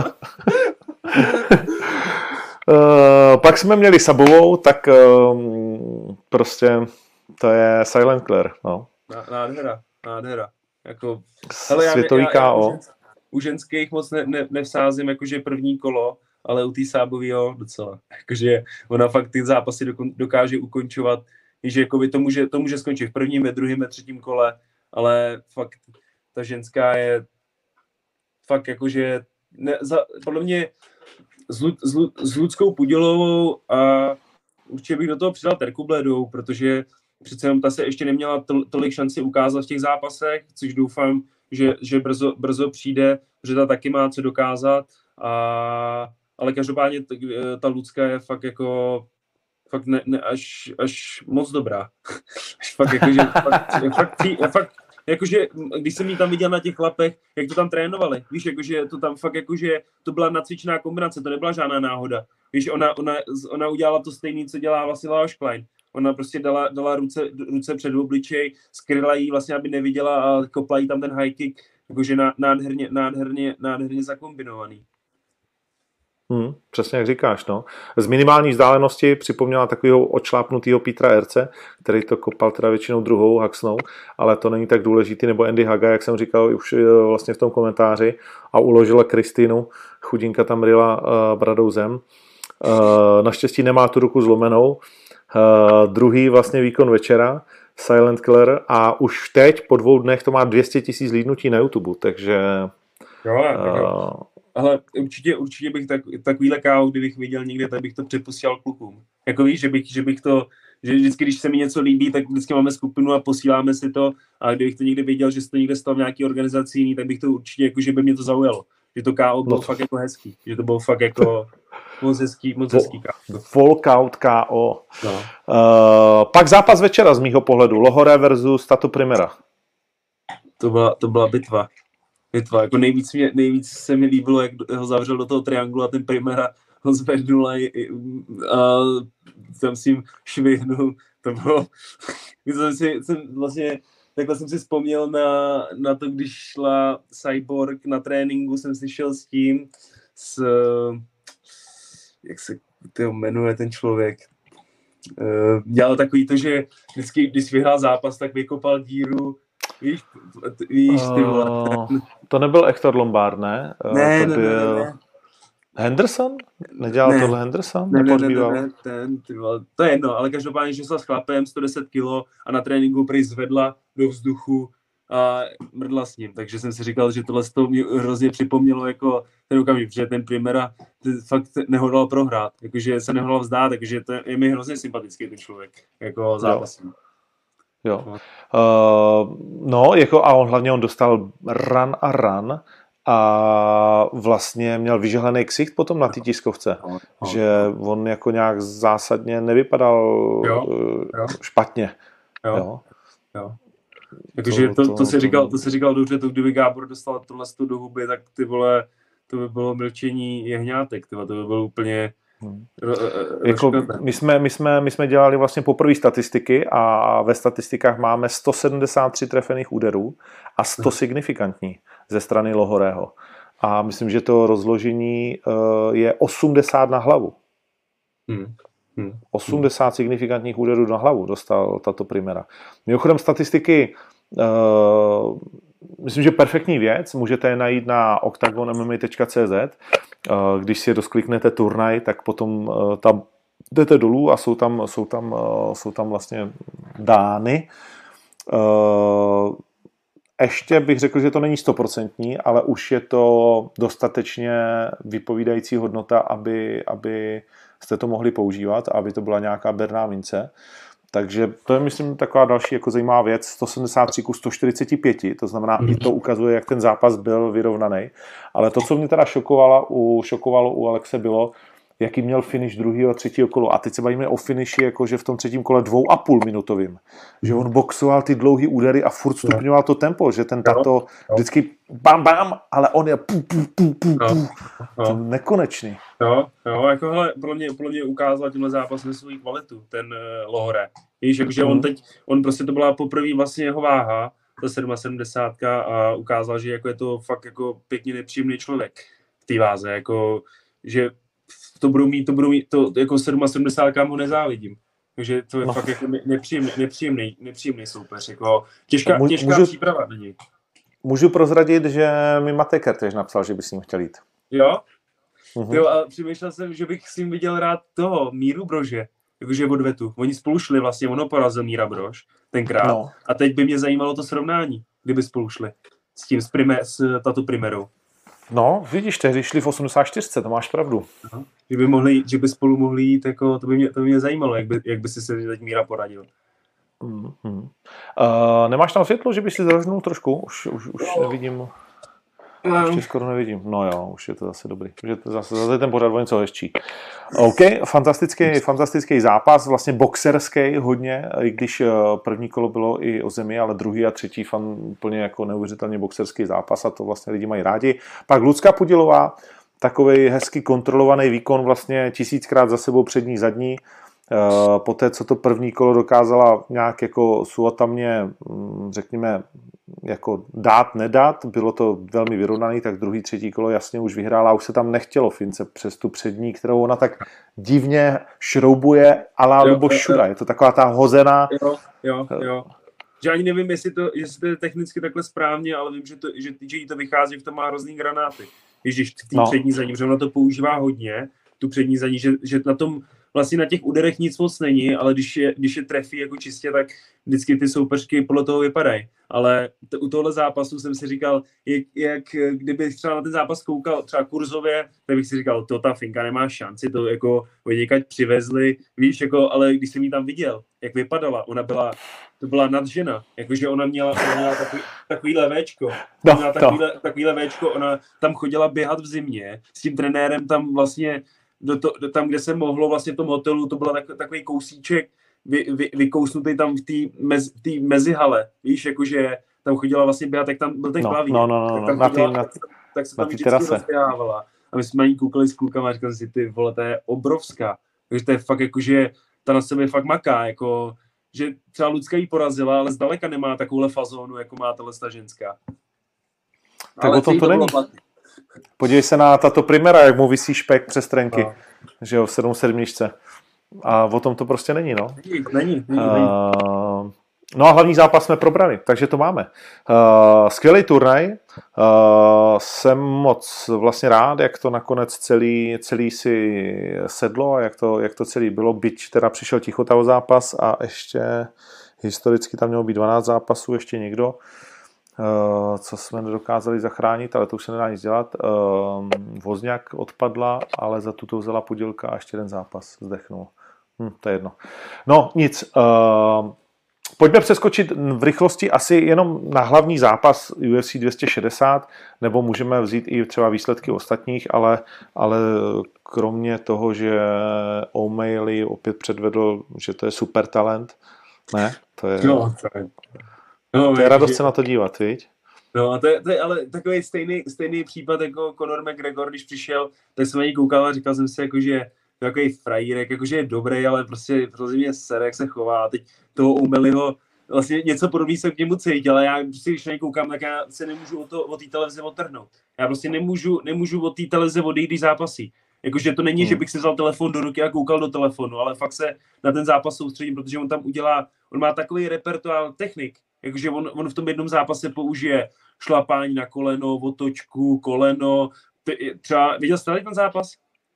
Pak jsme měli Sabovou, tak prostě to je Silent Claire. No. Nádhera. Jako, světový KO. U ženských moc nevsázím jakože první kolo, ale u té Sábovýho docela. Jakože ona fakt ty zápasy dokáže ukončovat, že jakoby to může skončit v prvním, ve druhém, ve třetím kole, ale fakt ta ženská je fakt jakože podle mě s Ludskou Pudilovou a určitě bych do toho přidal Terku Bledou, protože přece jenom ta se ještě neměla tolik šanci ukázat v těch zápasech, což doufám, že brzo přijde, že ta taky má co dokázat, ale každopádně ta Lucka je fakt jako fakt až moc dobrá. Fakt jakože, když jsem ji tam viděl na těch chlapech, jak to tam trénovali, víš, jakože to tam fakt jakože, to byla nacvičená kombinace, to nebyla žádná náhoda. Víš, ona udělala to stejné, co dělá vlastně Leo Klein. Ona prostě dala ruce před obličej, skryla jí vlastně, aby neviděla a kopla jí tam ten high kick, jakože nádherně zakombinovaný. Přesně jak říkáš, no. Z minimální vzdálenosti připomněla takového odšlápnutého Petra Erce, který to kopal teda většinou druhou haxnou, ale to není tak důležitý, nebo Andy Haga, jak jsem říkal už vlastně v tom komentáři, a uložila Kristýnu, chudinka tam ryla bradou zem. Naštěstí nemá tu ruku zlomenou. Druhý vlastně výkon večera, Silent Claire, a už teď po 2 dnech to má 200 000 zhlídnutí na YouTube, takže... Jo. Ale určitě bych takovýhle KO, kdybych viděl někde, tak bych to přepustil klukům. Jako víš, že vždycky, když se mi něco líbí, tak vždycky máme skupinu a posíláme si to, a kdybych to někde viděl, že se to někde stalo v nějaký organizaci jiný, tak bych to určitě, jako, že by mě to zaujalo. Že to KO bylo fakt jako hezký. Že to bylo fakt jako moc hezký KO. Walkout KO. No. Pak zápas večera z mýho pohledu. Lohore versus Tato Primera. To byla bitva. Jako nejvíc se mi líbilo, jak ho zavřel do toho trianglu a ten Primera ho zvednul a tam si jim švihnul. To bylo... Takhle jsem si vzpomněl na to, když šla Cyborg na tréninku, jsem si šel s tím, jak se to jmenuje ten člověk, dělal takový to, že vždycky, když vyhrál zápas, tak vykopal díru. Víš, ty vole. To nebyl Hector Lombard, ne? Ne. Henderson? Nedělal tohle Henderson? Ne, to je jedno, ale každopádně, že šla s chlapem 110 kg a na tréninku prý zvedla do vzduchu a mrdla s ním. Takže jsem si říkal, že tohle to mě hrozně připomnělo jako ten okamžik, protože ten Primera fakt nehodlal prohrát, jakože se nehodlal vzdát, takže to je mi hrozně sympatický ten člověk, jako zápasník. Jo. A on dostal run a vlastně měl vyžehlený ksicht potom na té tiskovce, že on jako nějak zásadně nevypadal špatně. Jo. Takže to si říkal dobře, to kdyby Gábor dostal tohle do huby, tak ty vole, to by bylo mlčení jehňátek, to by bylo úplně... Jako my jsme dělali vlastně poprvé statistiky a ve statistikách máme 173 trefených úderů a 100 signifikantní ze strany Lohorého. A myslím, že to rozložení je 80 na hlavu. 80 signifikantních úderů na hlavu dostal Tato Primera. Mimochodem statistiky, myslím, že perfektní věc, můžete je najít na octagonmma.cz. Když si rozkliknete turnaj, tak potom tam jdete dolů a jsou tam vlastně dány. ještě bych řekl, že to není 100%, ale už je to dostatečně vypovídající hodnota, aby jste to mohli používat a aby to byla nějaká berná mince. Takže to je, myslím, taková další jako zajímavá věc. 173 ku 145, to znamená, i to ukazuje, jak ten zápas byl vyrovnaný. Ale to, co mě teda šokovalo u Alexe, bylo, jaký měl finish druhého a třetího kolo. A teď se bavíme o finiši, jakože v tom třetím kole 2,5 minutovým. Že on boxoval ty dlouhý údery a furt stupňoval to tempo, že ten tato vždycky bam, bam, ale on je to nekonečný. Jo, jako hele, pro mě ukázal tímhle zápasem svou kvalitu, ten Lohore. Víš, jakože on prostě to byla poprvé vlastně jeho váha, ta 77 a ukázal, že jako je to fakt jako pěkně nepříjemný člověk v té váze, jako, že to budou mít to jako 77 mu nezávidím. Takže to je fakt jako nepříjemný soupeř, jako těžká příprava na něj. Můžu prozradit, že mi Matej Kertéž napsal, že by s ním chtěl jít. Jo? Jo, a přemýšlel jsem, že bych s ním viděl rád toho Míru Brože, jakože odvetu. Oni spolu šli vlastně, ono porazil Míra Brož tenkrát. No. A teď by mě zajímalo to srovnání, kdyby spolu šli s tím, s tato Primerou. No, vidíš, tehdy šli v 84, to máš pravdu. Aha. Že by spolu mohli jít, jako, to by mě zajímalo, jak by si se teď Míra poradil. Nemáš tam světlo, že by si zražnul trošku? Už nevidím. Už tě skoro nevidím. No jo, už je to zase dobrý. Už je to zase ten pořad o něco hezčí. OK, fantastický zápas, vlastně boxerský hodně, i když první kolo bylo i o zemi, ale druhý a třetí úplně jako neuvěřitelně boxerský zápas a to vlastně lidi mají rádi. Pak Lucka Pudilová, takovej hezky kontrolovaný výkon, vlastně 1000krát za sebou přední, zadní. Poté, co to první kolo dokázala nějak jako suvatamně, řekněme, jako dát, nedat, bylo to velmi vyrovnaný, tak druhý, třetí kolo jasně už vyhrála a už se tam nechtělo Fince přes tu přední, kterou ona tak divně šroubuje a la Luboš Šura. Je to taková ta hozená... Jo. Že ani nevím, jestli to je technicky takhle správně, ale vím, že jí to vychází, že to má hrozný granáty. Když v té přední zadní, protože ona to používá hodně, tu přední zadní, že na tom vlastně na těch úderech nic moc není, ale když je trefí jako čistě, tak vždycky ty soupeřky podle toho vypadají. Ale u tohle zápasu jsem si říkal, jak kdybych třeba na ten zápas koukal třeba kurzově, tak bych si říkal, ta Finka nemá šanci, to jako oni někať přivezli, víš, jako, ale když jsem ji tam viděl, jak vypadala, to byla nadžena, jakože ona měla takový levéčko, takový levéčko, ona tam chodila běhat v zimě, s tím trenérem tam vlastně tam, kde se mohlo vlastně v tom hotelu, to byl takový kousíček vykousnutý tam v té mezihale, víš, jakože tam chodila vlastně běhat, tak tam byl ten klavír. Tak se tam vždycky rozběhávala. A my jsme na ní koukali s klukama a říkali si, ty vole, to je obrovská. Takže to je fakt jakože, ta na sebe fakt maká, jako, že třeba Lucka jí porazila, ale zdaleka nemá takovouhle fazónu, jako má tato ženská. Tak ale o tom to není. Podívej se na tato Primera, jak mu visí špek přes trenky, že jo, v 7-7. A o tom to prostě není, no. Není. No a hlavní zápas jsme probrali, takže to máme. Skvělý turnaj. Jsem moc vlastně rád, jak to nakonec celý si sedlo a jak to celý bylo, byť teda přišel Tichotavo zápas a ještě historicky tam mělo být 12 zápasů, ještě někdo, co jsme nedokázali zachránit, ale to už se nedá nic dělat. Vozňák odpadla, ale za tuto vzala Pudělka a ještě jeden zápas zdechnul. To je jedno. No nic, pojďme přeskočit v rychlosti asi jenom na hlavní zápas UFC 260, nebo můžeme vzít i třeba výsledky ostatních, ale kromě toho, že O'Malley opět předvedl, že to je super talent, ne? To je radost se na to dívat, viď? No a to je ale takový stejný případ jako Conor McGregor, když přišel, tak jsem na něj koukal a říkal jsem si, jako, že takový frajírek, jakože je dobrý, ale prostě mě sere, jak se chová. A teď toho O'Malleyho vlastně něco podobného se k němu cítil, ale já prostě, když na něj koukám, tak já se nemůžu od té televize odtrhnout. Já prostě nemůžu od té televize odejít, když zápasí. Jakože to není, že bych si vzal telefon do ruky a koukal do telefonu, ale fakt se na ten zápas soustředím, protože on tam on má takový repertoár technik, jakože on v tom jednom zápase použije šlapání na koleno, otočku, koleno. Třeba viděl jsi ten zápas?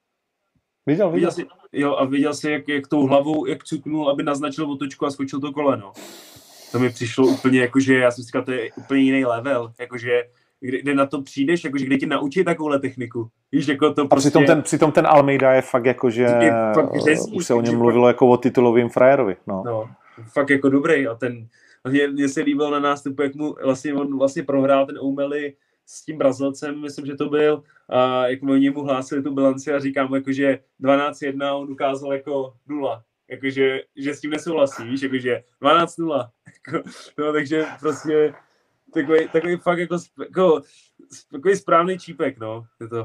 Viděl. Jo, a viděl jsi, jak tou hlavou, jak cuknul, aby naznačil otočku a skočil to koleno. To mi přišlo úplně jakože, já jsem si říkal, to je úplně jiný level, jakože kde na to přijdeš, jakože kde ti naučí takovouhle techniku. Víš, jako to prostě... A přitom ten Almeida je fakt jako, že už se o něm mluvilo jako o titulovým frajerovi. No, fakt jako dobrý a mně se líbil na nástupu, jak mu on vlastně prohrál ten O'Malley s tím Brazilcem, myslím, že to byl, a jak oni mu hlásili tu bilanci a říkám mu jako, že 12-1 on ukázal jako 0. Jakože, že s tím nesouhlasí, víš, jakože 12-0. No, takže prostě takový fakt jako takový správný čípek, no, je to.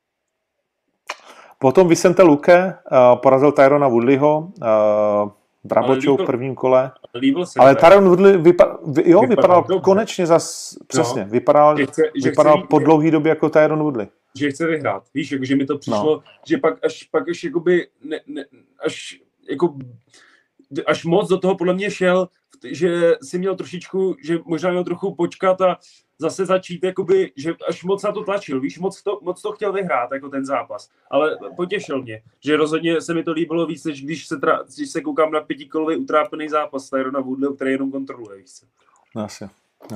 Potom Vicente Luque porazil Tyrona Woodleyho Brabočou v prvním kole. Ale Tyron Woodley vypadal konečně přesně, vypadal po dlouhý době jako Tyron Woodley. Že chce vyhrát, víš, jakože mi to přišlo, že pak až jakoby, až moc do toho podle mě šel, že si měl trošičku, že možná měl trochu počkat a zase začít, jakoby, že až moc na to tlačil, víš, moc to chtěl vyhrát, jako ten zápas, ale potěšil mě, že rozhodně se mi to líbilo víc, než když se koukám na 5kolový utrápený zápas Tyrona Woodleyho, který jenom kontroluje, víš co. Jasně.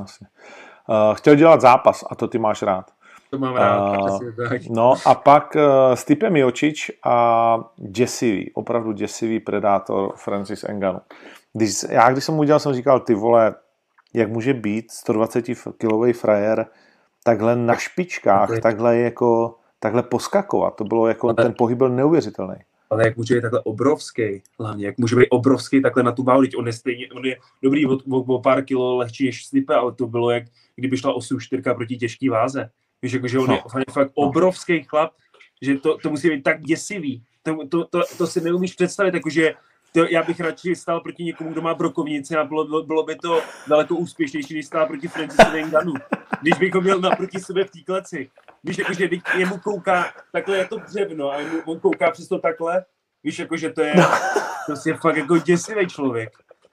Chtěl dělat zápas a to ty máš rád. To mám rád. No a pak Stipe Miocic a opravdu děsivý predátor Francis Ngannou. Když jsem mu udělal, jsem říkal, ty vole, jak může být 120-kilový frajer takhle na špičkách, takhle poskakovat. To bylo jako, ten pohyb byl neuvěřitelný. Ale jak může být takhle obrovský, hlavně, jak může být obrovský takhle na tu váhu, on je dobrý o pár kilo lehčí než Stipe, ale to bylo jak kdyby šla 8-4 proti těžký váze. Víš, jakože on je fakt obrovský chlap, že to musí být tak děsivý. To si neumíš představit, jakože já bych radši stál proti někomu, kdo má brokovnici a bylo by to daleko úspěšnější, než stál proti Francisovi Ngannoumu. Když bych ho měl naproti sebe v té kleci. Víš, jakože jemu kouká, takhle je to břevno a on kouká přes to takhle. Víš, jakože to je prostě fakt jako děsivý člověk.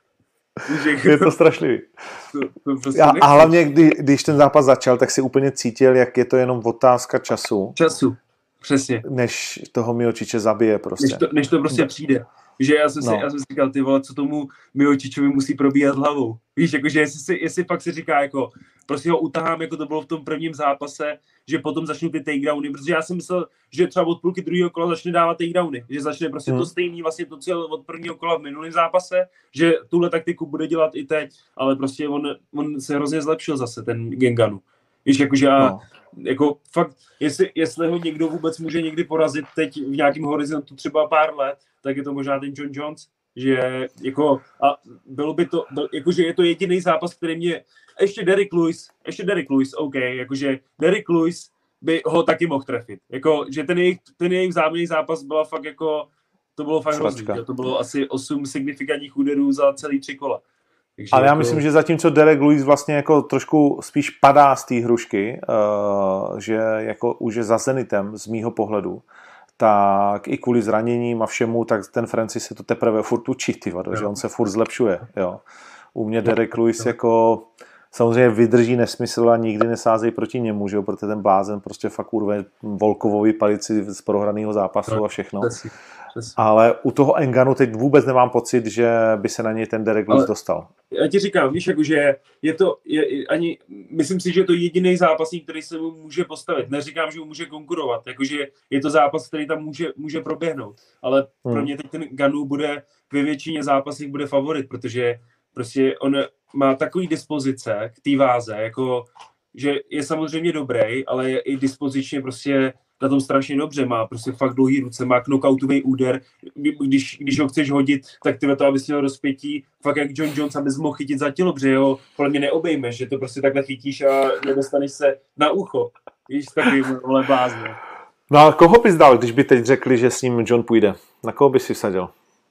Je to strašlivý. Prostě a hlavně, když ten zápas začal, tak si úplně cítil, jak je to jenom otázka času. Přesně. Než toho Miociče zabije prostě. Než to prostě přijde. Že já jsem si říkal, ty vole, co tomu Miocičovi musí probíhat hlavou. Víš, jakože jestli fakt si říká, jako, prostě ho utahám, jako to bylo v tom prvním zápase, že potom začnou ty takedowny, protože já jsem myslel, že třeba od půlky druhého kola začne dávat takedowny, že začne prostě to stejný, vlastně to, co od prvního kola v minulém zápase, že tuhle taktiku bude dělat i teď, ale prostě on se hrozně zlepšil zase, ten Ngannou. Víš, jakože jako fakt, jestli ho někdo vůbec může někdy porazit teď v nějakém horizontu třeba pár let, tak je to možná ten John Jones, že jako, a bylo by to, jakože je to jediný zápas, který mě, ještě Derrick Lewis, OK, jakože Derrick Lewis by ho taky mohl trefit, jako, že ten jejich vzájemný zápas byla fakt jako, to bylo fakt hrozný, to bylo asi 8 signifikantních úderů za celý 3 kola. Takže ale já myslím, že zatímco Derek Lewis vlastně jako trošku spíš padá z té hrušky, že jako už je za Zenitem z mýho pohledu, tak i kvůli zraněním a všemu, tak ten Francis se to teprve furt učí, že on se furt zlepšuje. Jo. U mě Derek Lewis jako samozřejmě vydrží nesmysl a nikdy nesázej proti němu, že jo, protože ten blázen prostě fakt urve Volkovovi palici z prohraného zápasu a všechno. Ale u toho Ngannoumu teď vůbec nemám pocit, že by se na něj ten Derek Lewis dostal. Já ti říkám, víš, jakože myslím si, že je to jediný zápasník, který se mu může postavit. Neříkám, že mu může konkurovat, jakože je to zápas, který tam může proběhnout. Ale pro mě teď ten Ngannou bude ve většině zápasů bude favorit, protože prostě on má takový dispozice k té váze, jako, že je samozřejmě dobrý, ale je i dispozičně prostě na tom strašně dobře, má prostě fakt dlouhý ruce, má knockoutový úder, když ho chceš hodit, tak ty to, abys měl rozpětí, fakt jak John Jones, abys mohl chytit za tělo, protože ho podle mě neobejmeš, že to prostě takhle chytíš a nedostaneš se na ucho. Víš, takový vole blázně. No a koho bys dal, když by teď řekli, že s ním John půjde? Na koho bys si vsadil?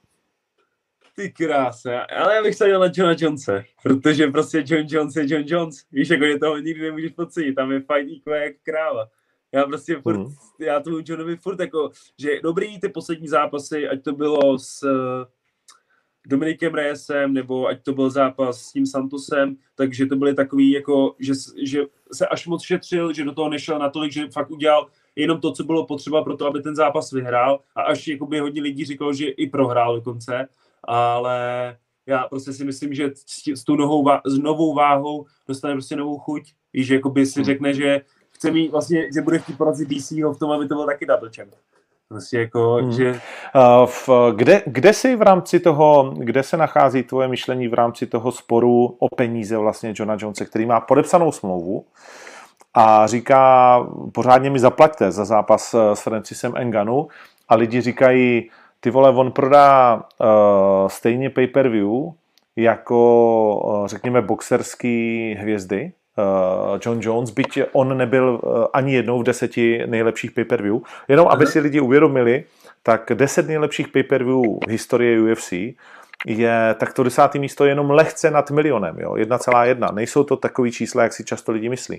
Ty krása, ale já bych sadil na Johna Jonese, protože prostě John Jones je John Jones. Víš, jako je toho nikdy nemůžeš podcenit, tam je fight IQ jak kráva. Já prostě já tomu Johnovi furt jako, že dobrý ty poslední zápasy, ať to bylo s Dominikem Reyesem, nebo ať to byl zápas s tím Santosem, takže to byly takový jako, že se až moc šetřil, že do toho nešel natolik, že fakt udělal jenom to, co bylo potřeba pro to, aby ten zápas vyhrál a až jakoby hodně lidí říkalo, že i prohrál dokonce, ale já prostě si myslím, že s tou s novou váhou dostane prostě novou chuť. Víš, jakoby si řekne, že chce mít vlastně, že bude chtít porazit DCho v tom, aby to byl taky double champ. Prostě jako, že... Kde se nachází tvoje myšlení v rámci toho sporu o peníze vlastně Johna Jonese, který má podepsanou smlouvu a říká, pořádně mi zaplaťte za zápas s Francisem Ngannouem, a lidi říkají, ty vole, on prodá stejně pay-per-view jako, řekněme, boxerský hvězdy, John Jones, byť on nebyl ani jednou v 10 nejlepších pay-per-view. Jenom aby si lidi uvědomili, tak 10 nejlepších pay-per-view historie UFC je, tak to 10. místo je jenom lehce nad milionem, jo? 1,1. Nejsou to takový čísla, jak si často lidi myslí.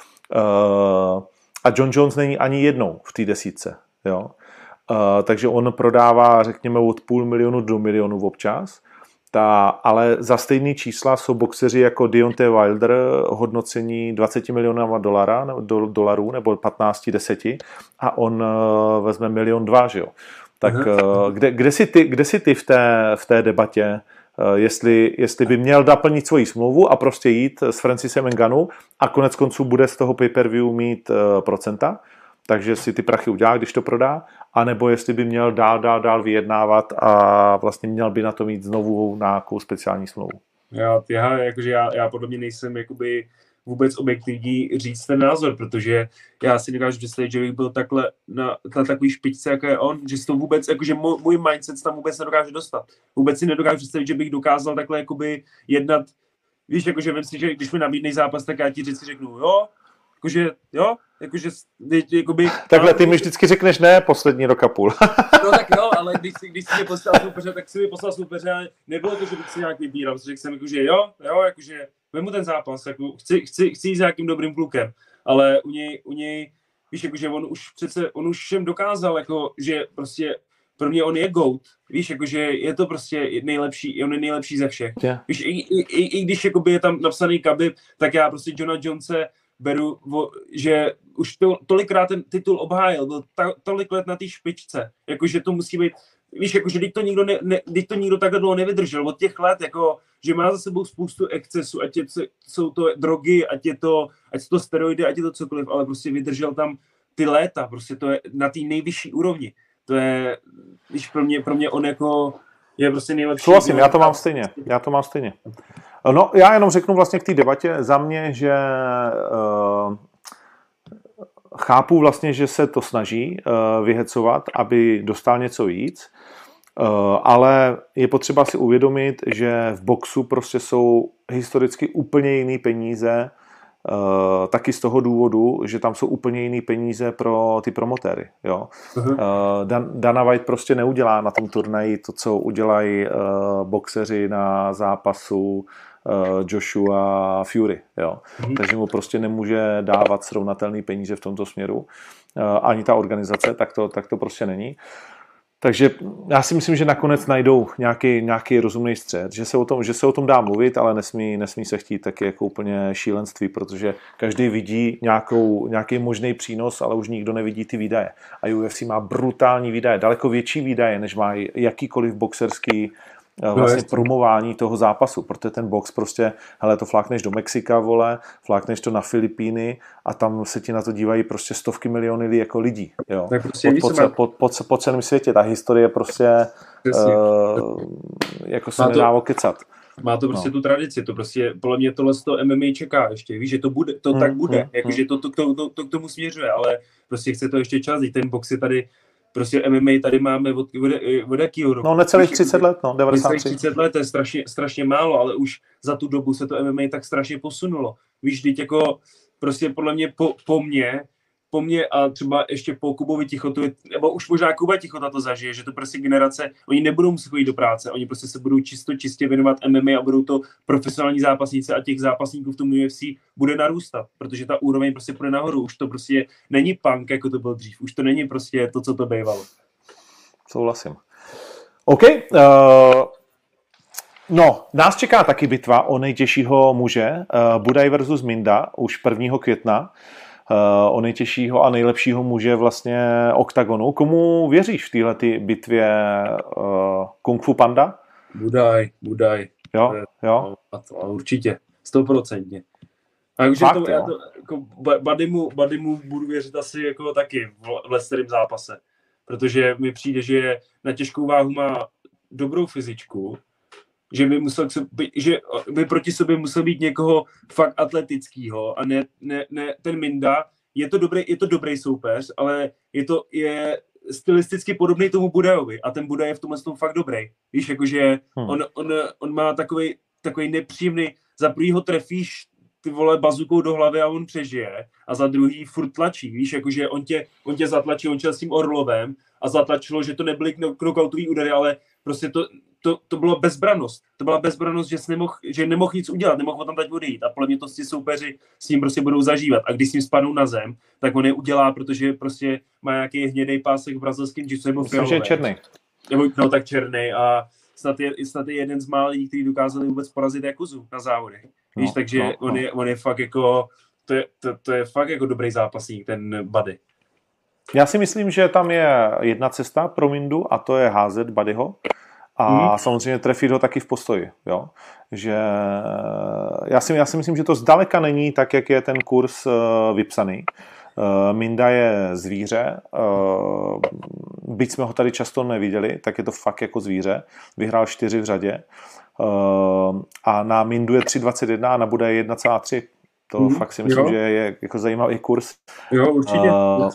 A John Jones není ani jednou v té 10. Jo? Takže on prodává, řekněme, od $500,000 do 1 milionu občas. Ale za stejný čísla jsou boxeři jako Deontay Wilder hodnocení 20 milionama dolarů nebo 15-10 a on vezme 1,2 milionu, že jo. Tak kde jsi ty v té debatě, jestli by měl naplnit svoji smlouvu a prostě jít s Francisem Ngannouem a konec konců bude z toho pay-per-view mít procenta, takže si ty prachy udělá, když to prodá, anebo jestli by měl dál vyjednávat a vlastně měl by na to mít znovu nějakou speciální smlouvu. Já podle mě nejsem jakoby vůbec objektivní říct ten názor, protože já si nedokážu představit, že bych byl takhle na takový špičce, jako je on, že to vůbec, jakože můj mindset tam vůbec nedokáže dostat. Vůbec si nedokážu představit, že bych dokázal takhle jakoby jednat, víš, jakože vem si, že když mi nabídnej zápas, tak já ti vždycky řeknu, jakoby... Takhle ty mi vždycky řekneš ne, poslední rok a půl. No tak jo, ale když si mě poslal soupeře, tak si mi poslal soupeře a nebylo to, že bych si nějak vybíral, řekl jsem jakože jakože vemu ten zápas, jako chci jít s nějakým dobrým klukem, ale u něj, víš, jakože on už všem dokázal, jako, že prostě pro mě on je GOAT, víš, jakože je to prostě nejlepší, on je nejlepší ze všech. Yeah. Víš, i když jakoby je tam napsaný Khabib, tak já prostě Johna Jonese beru, že už tolikrát ten titul obhájil, byl tolik let na té špičce, jakože to musí být, víš, jakože když to nikdo takhle dlouho nevydržel, od těch let, jako, že má za sebou spoustu excesů, ať jsou to drogy, ať jsou to steroidy, ať je to cokoliv, ale prostě vydržel tam ty léta, prostě to je na té nejvyšší úrovni. To je, víš, pro mě on jako je prostě nejlepší. Souhlasím, já to mám stejně. No, já jenom řeknu vlastně k té debatě za mě, že chápu vlastně, že se to snaží vyhecovat, aby dostal něco víc, ale je potřeba si uvědomit, že v boxu prostě jsou historicky úplně jiný peníze, taky z toho důvodu, že tam jsou úplně jiný peníze pro ty promotéry. Jo? Dana White prostě neudělá na tom turnaji to, co udělají boxeři na zápasu Joshua Fury. Jo? Takže mu prostě nemůže dávat srovnatelný peníze v tomto směru. Ani ta organizace, tak to prostě není. Takže já si myslím, že nakonec najdou nějaký rozumný střed, že se o tom dá mluvit, ale nesmí se chtít taky jako úplně šílenství, protože každý vidí nějaký možný přínos, ale už nikdo nevidí ty výdaje. A UFC má brutální výdaje, daleko větší výdaje, než má jakýkoliv boxerský vlastně promování toho zápasu, protože ten box prostě, hele, to flákneš do Mexika, vole, flákneš to na Filipíny a tam se ti na to dívají prostě stovky miliony jako lidí, jo. Prostě po celém světě, ta historie prostě jako se nedá okecat. Má to prostě tu tradici, to prostě, podle mě tohle z toho MMA čeká ještě, víš, že to bude, to tak bude, jakože to k tomu směřuje, ale prostě chce to ještě čas, ten box je tady. Prostě MMA tady máme od jakýho roku? No necelých 30 let, 93. 30 let, to je strašně málo, ale už za tu dobu se to MMA tak strašně posunulo. Víš, teď jako prostě podle mě po mně a třeba ještě po Kubovi Tichotu, nebo už možná Kuba Tichota to zažije, že to prostě generace, oni nebudou muset chodit do práce, oni prostě se budou čistě věnovat MMA a budou to profesionální zápasníci a těch zápasníků v tom UFC bude narůstat, protože ta úroveň prostě půjde nahoru, už to prostě není punk, jako to byl dřív, už to není prostě to, co to bývalo. Souhlasím. OK, no, nás čeká taky bitva o nejtěžšího muže, Budaj versus Minda, už 1. května. O nejtěžšího a nejlepšího muže vlastně oktagonu. Komu věříš v této bitvě Kung Fu Panda? Budaj. Jo, jo. A to určitě, 100%. A už Fakt, to, já to jako Buddymu budu věřit asi jako taky v Leicesterském zápase. Protože mi přijde, že na těžkou váhu má dobrou fyzičku, že by proti sobě musel být někoho fakt atletického a ne ten Minda. Je to dobrý soupeř, ale je stylisticky podobný tomu Budajovi a ten Budaj je v tomhle tom fakt dobrý. Víš, jakože on má takový nepříjemný, za prvý ho trefíš ty vole bazukou do hlavy a on přežije a za druhý furt tlačí, víš, jakože on tě zatlačí, on šel s tím Orlovem a zatlačilo, že to nebyly knockoutový údery, ale prostě to bylo bezbrannost. To byla bezbrannost, že nemohl nic udělat, nemohl ho tam dať odejít a podle mě to si soupeři s ním prostě budou zažívat a když s ním spadnou na zem, tak on je udělá, protože prostě má nějaký hnědej pásek v brazilském jiu-jitsu nebo fialové. Myslím, že je černý. No tak černý a snad je jeden z mála lidí, kteří dokázali vůbec porazit Jakuzu na závodech. Víš, takže on je fakt jako, to je fakt jako dobrý zápasník, ten Buddy. Já si myslím, že tam je jedna cesta pro Mindu a to je házet Buddyho a samozřejmě trefit ho taky v postoji. Jo? Že já si myslím, že to zdaleka není tak, jak je ten kurz vypsaný. Minda je zvíře, byť jsme ho tady často neviděli, tak je to fakt jako zvíře. Vyhrál 4 v řadě a na Mindu je 3,21 a na Buda je 1,3. To fakt si myslím, že je jako zajímavý kurz. Jo, určitě.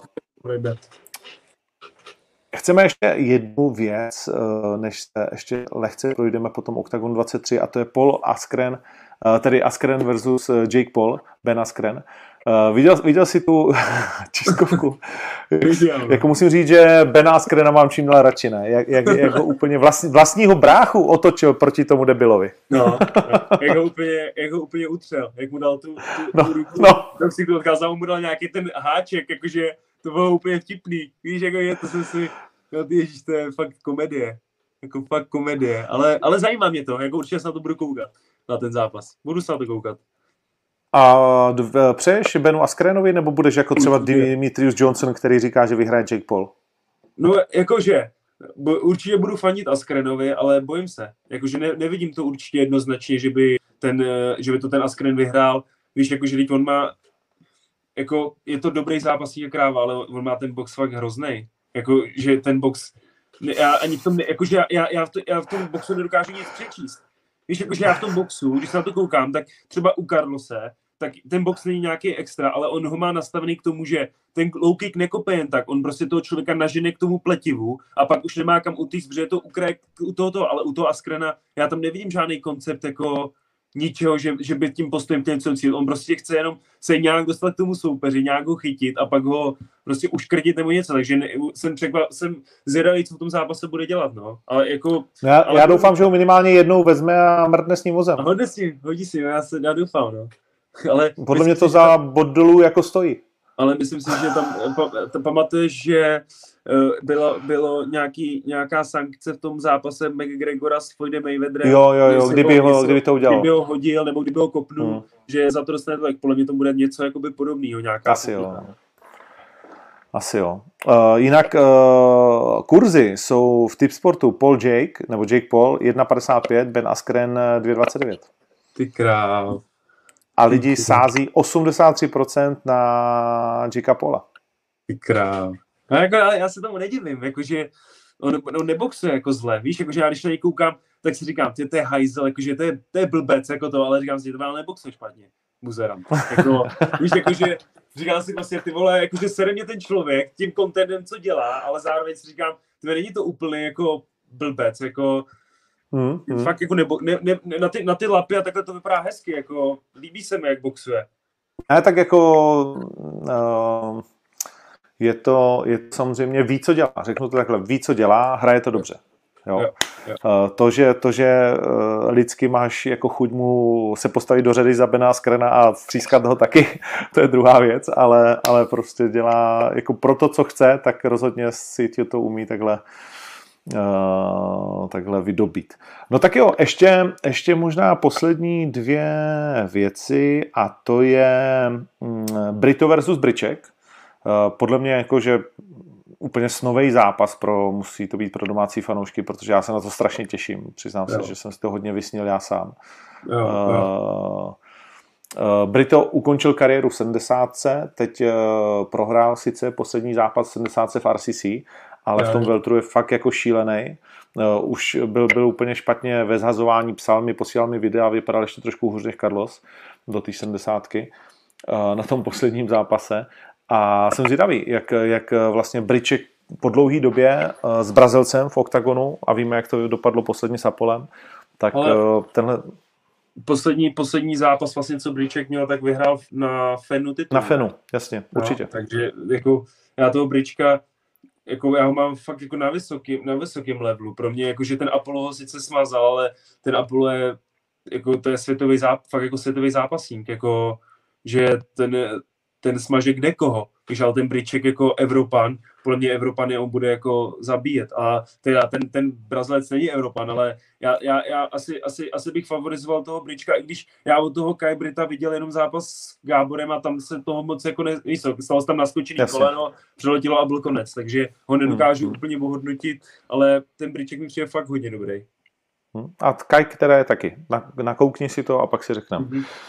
Chceme ještě jednu věc, než se ještě lehce projdeme potom Octagon 23 a to je Paul Askren, tedy Askren versus Jake Paul, Ben Askren. Viděl jsi tu tiskovku? Jako musím říct, že Ben Askrena mám čím dál radši, ne? Jak ho úplně vlastního bráchu otočil proti tomu debilovi. No, jak ho úplně utřel, jak mu dal tu ruku. Tak si to odkázal, mu dal nějaký ten háček, jakože to bylo úplně vtipný. Víš, jako je, to jsem si, ježiš, to je fakt komedie. Jako fakt komedie, ale zajímá mě to, jako určitě se na to budu koukat, na ten zápas. Budu se na to koukat. A přeješ Benu Askrenovi, nebo budeš jako třeba Demetrius Johnson, který říká, že vyhraje Jake Paul? No, jakože, určitě budu fandit Askrenovi, ale bojím se. Jakože nevidím to určitě jednoznačně, že by to ten Askren vyhrál. Víš, jakože teď on má, jako, je to dobrý zápasník a kráva, ale on má ten box fakt hroznej. Jako, že ten box, já ani v tom, jakože já v tom boxu nedokážu nic přečíst. Víš, jakože já v tom boxu, když se na to koukám, tak třeba u Carlose, tak ten box není nějaký extra, ale on ho má nastavený k tomu, že ten low kick nekope jen tak, on prostě toho člověka nažene k tomu pletivu a pak už nemá kam utíct, protože je to ukraje u tohoto, ale u toho Askrena já tam nevidím žádný koncept jako ničeho, že by tím postojem chtěl něco cílit. On prostě chce jenom se nějak dostat k tomu soupeři, nějak ho chytit a pak ho prostě uškrtit nebo něco, takže jsem zvědavý, co v tom zápase bude dělat, no. Ale jako... Já doufám, že ho minimálně jednou vezme a mrtne s ním vozem. Hodí si, já doufám, no. Ale podle mě to za bod dolů jako stojí. Ale myslím si, že tam pamatuješ, že bylo nějaká sankce v tom zápase McGregora s Floydem Mayweatherem. Jo, kdyby to udělal. Kdyby ho hodil nebo kdyby ho kopnul, že za to dostane tak podle mě to bude něco jakoby podobného. Asi jo. Jinak kurzy jsou v Tipsportu Paul Jake Paul 1,55, Ben Askren 2,29. Ty kráv. A lidi sází 83% na Jakea Paula. Ty kráv. No, jako, ale já se tomu nedivím, jakože on neboxuje jako zle, víš, jakože já když na něj koukám, tak si říkám, to je hajzel, jakože to je blbec, jako to, ale říkám si, to neboxuje špatně, buzerant. Jako, víš, jakože říkám si vlastně, ty vole, jakože sere mě ten člověk tím contentem, co dělá, ale zároveň si říkám, není to úplně jako blbec, jako fakt jako na ty lapy a takhle to vypadá hezky, jako líbí se mi, jak boxuje. Ne, tak jako je to samozřejmě ví, co dělá. Řeknu to takhle, ví, co dělá, hraje to dobře. Jo. To, že lidsky máš jako chuť mu se postavit do řady za Bena Askrena a střískat ho taky, to je druhá věc, ale prostě dělá jako pro to, co chce, tak rozhodně si to umí takhle vydobít. No tak jo, ještě možná poslední 2 věci a to je Brito versus Briček. Podle mě jako, že úplně snový zápas, musí to být pro domácí fanoušky, protože já se na to strašně těším. Přiznám se, že jsem si to hodně vysnil já sám. Brito ukončil kariéru v 70. Teď prohrál sice poslední zápas v 70. v RCC, ale v tom welteru je fakt jako šílený. Už byl úplně špatně ve zhazování, posílal mi videa, vypadal ještě trošku hůř než Carlos do té 70. Na tom posledním zápase. A jsem zvědavý, jak vlastně Briček po dlouhé době s Brazilcem v oktagonu, a víme, jak to dopadlo posledně s Apolem, tak tenhle... Poslední zápas, vlastně, co Briček měl, tak vyhrál na Fenu titul. Na Fenu, jasně, určitě. Takže jako, já toho Brička, jako, já ho mám fakt jako na vysokém levelu. Pro mě, jako, že ten Apollo ho sice smazal, ale ten Apollo je, jako, to je fakt jako světový zápasník, jako, že ten smaže kde koho. Takže ale ten Briček jako Evropan, podle mě Evropan on bude jako zabíjet. A teda ten Brazilec není Evropan, ale já asi bych favorizoval toho Brička, i když já od toho Kai Brita viděl jenom zápas s Gáborem a tam se toho moc jako stalo se tam naskočený koleno, přeletělo a byl konec, takže ho nedokážu úplně ohodnotit, ale ten Briček mi přijde fakt hodně dobrý. A Kai, která je taky. Nakoukni si to a pak si řekneme.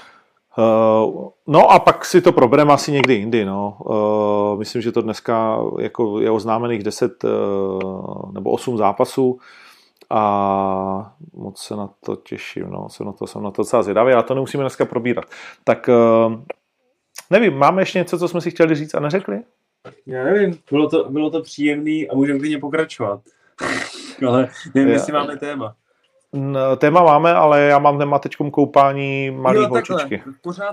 No a pak si to probereme asi někdy jindy. No. Myslím, že to dneska jako je oznámených 10 nebo 8 zápasů a moc se na to těším. No. Jsem na to docela zvědavý, ale to nemusíme dneska probírat. Tak nevím, máme ještě něco, co jsme si chtěli říct a neřekli? Já nevím, bylo to příjemný a můžeme klidně pokračovat. Ale nevím, jestli máme téma. Téma máme, ale já mám téma teďkom koupání malý holčičky. Pořád.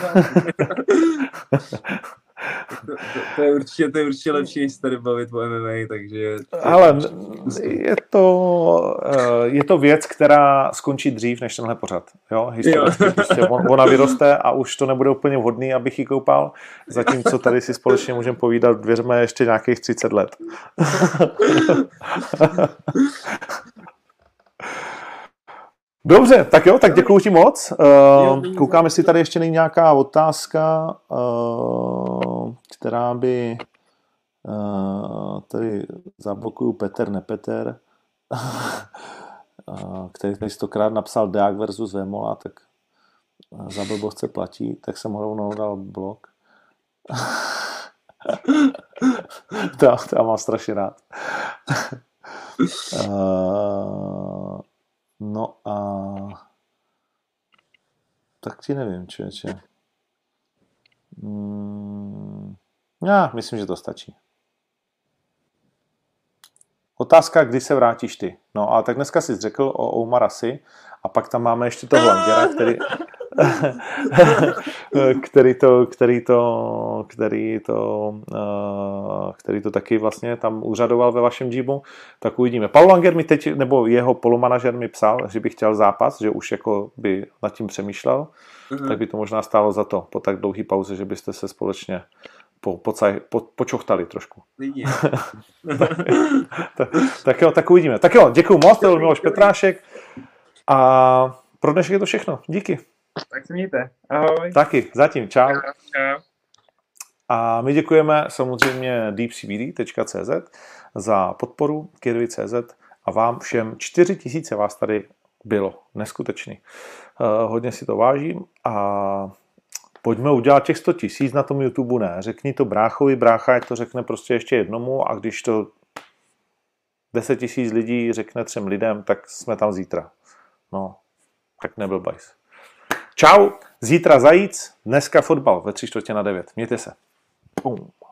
To je určitě lepší, než se tady bavit o MMA, takže... Ale je to věc, která skončí dřív, než tenhle pořad. Jo? Historicky. Prostě ona vyroste a už to nebude úplně vhodný, abych ji koupal, zatímco tady si společně můžeme povídat, věřme, ještě nějakých 30 let. Dobře, tak jo, tak děkuju ti moc. Koukám, jestli tady ještě není nějaká otázka, která by tady zablokuju Peter, nepeter, který tady 100krát napsal Deák versus Vémola, tak za blbovce platí, tak jsem ho rovnou dal blok. to já mám strašně rád. No a tak ti nevím, člověče. Já myslím, že to stačí. Otázka, kdy se vrátíš ty. No a tak dneska jsi řekl o Oumar Sy a pak tam máme ještě toho Langera, který to taky vlastně tam úřadoval ve vašem gymu, tak uvidíme. Paul Langer mi teď, nebo jeho polomanažer mi psal, že by chtěl zápas, že už jako by nad tím přemýšlel, tak by to možná stálo za to po tak dlouhý pauze, že byste se společně počochtali trošku. tak jo, tak uvidíme. Tak jo, děkuju moc, to byl Miloš Petrášek a pro dnešek je to všechno. Díky. Tak se mějte. Ahoj. Taky, zatím. Čau. Čau. A my děkujeme samozřejmě deepcbd.cz za podporu Kidovi.cz a vám všem 4000 vás tady bylo. Neskutečný. Hodně si to vážím a pojďme udělat těch 100 000 na tom YouTube, ne. Řekni to bráchovi, brácha, ať to řekne prostě ještě jednomu a když to 10 000 lidí řekne 3 lidem, tak jsme tam zítra. No, tak nebyl bajs. Čau, zítra zajíc, dneska fotbal ve 8:45. Mějte se. Pum.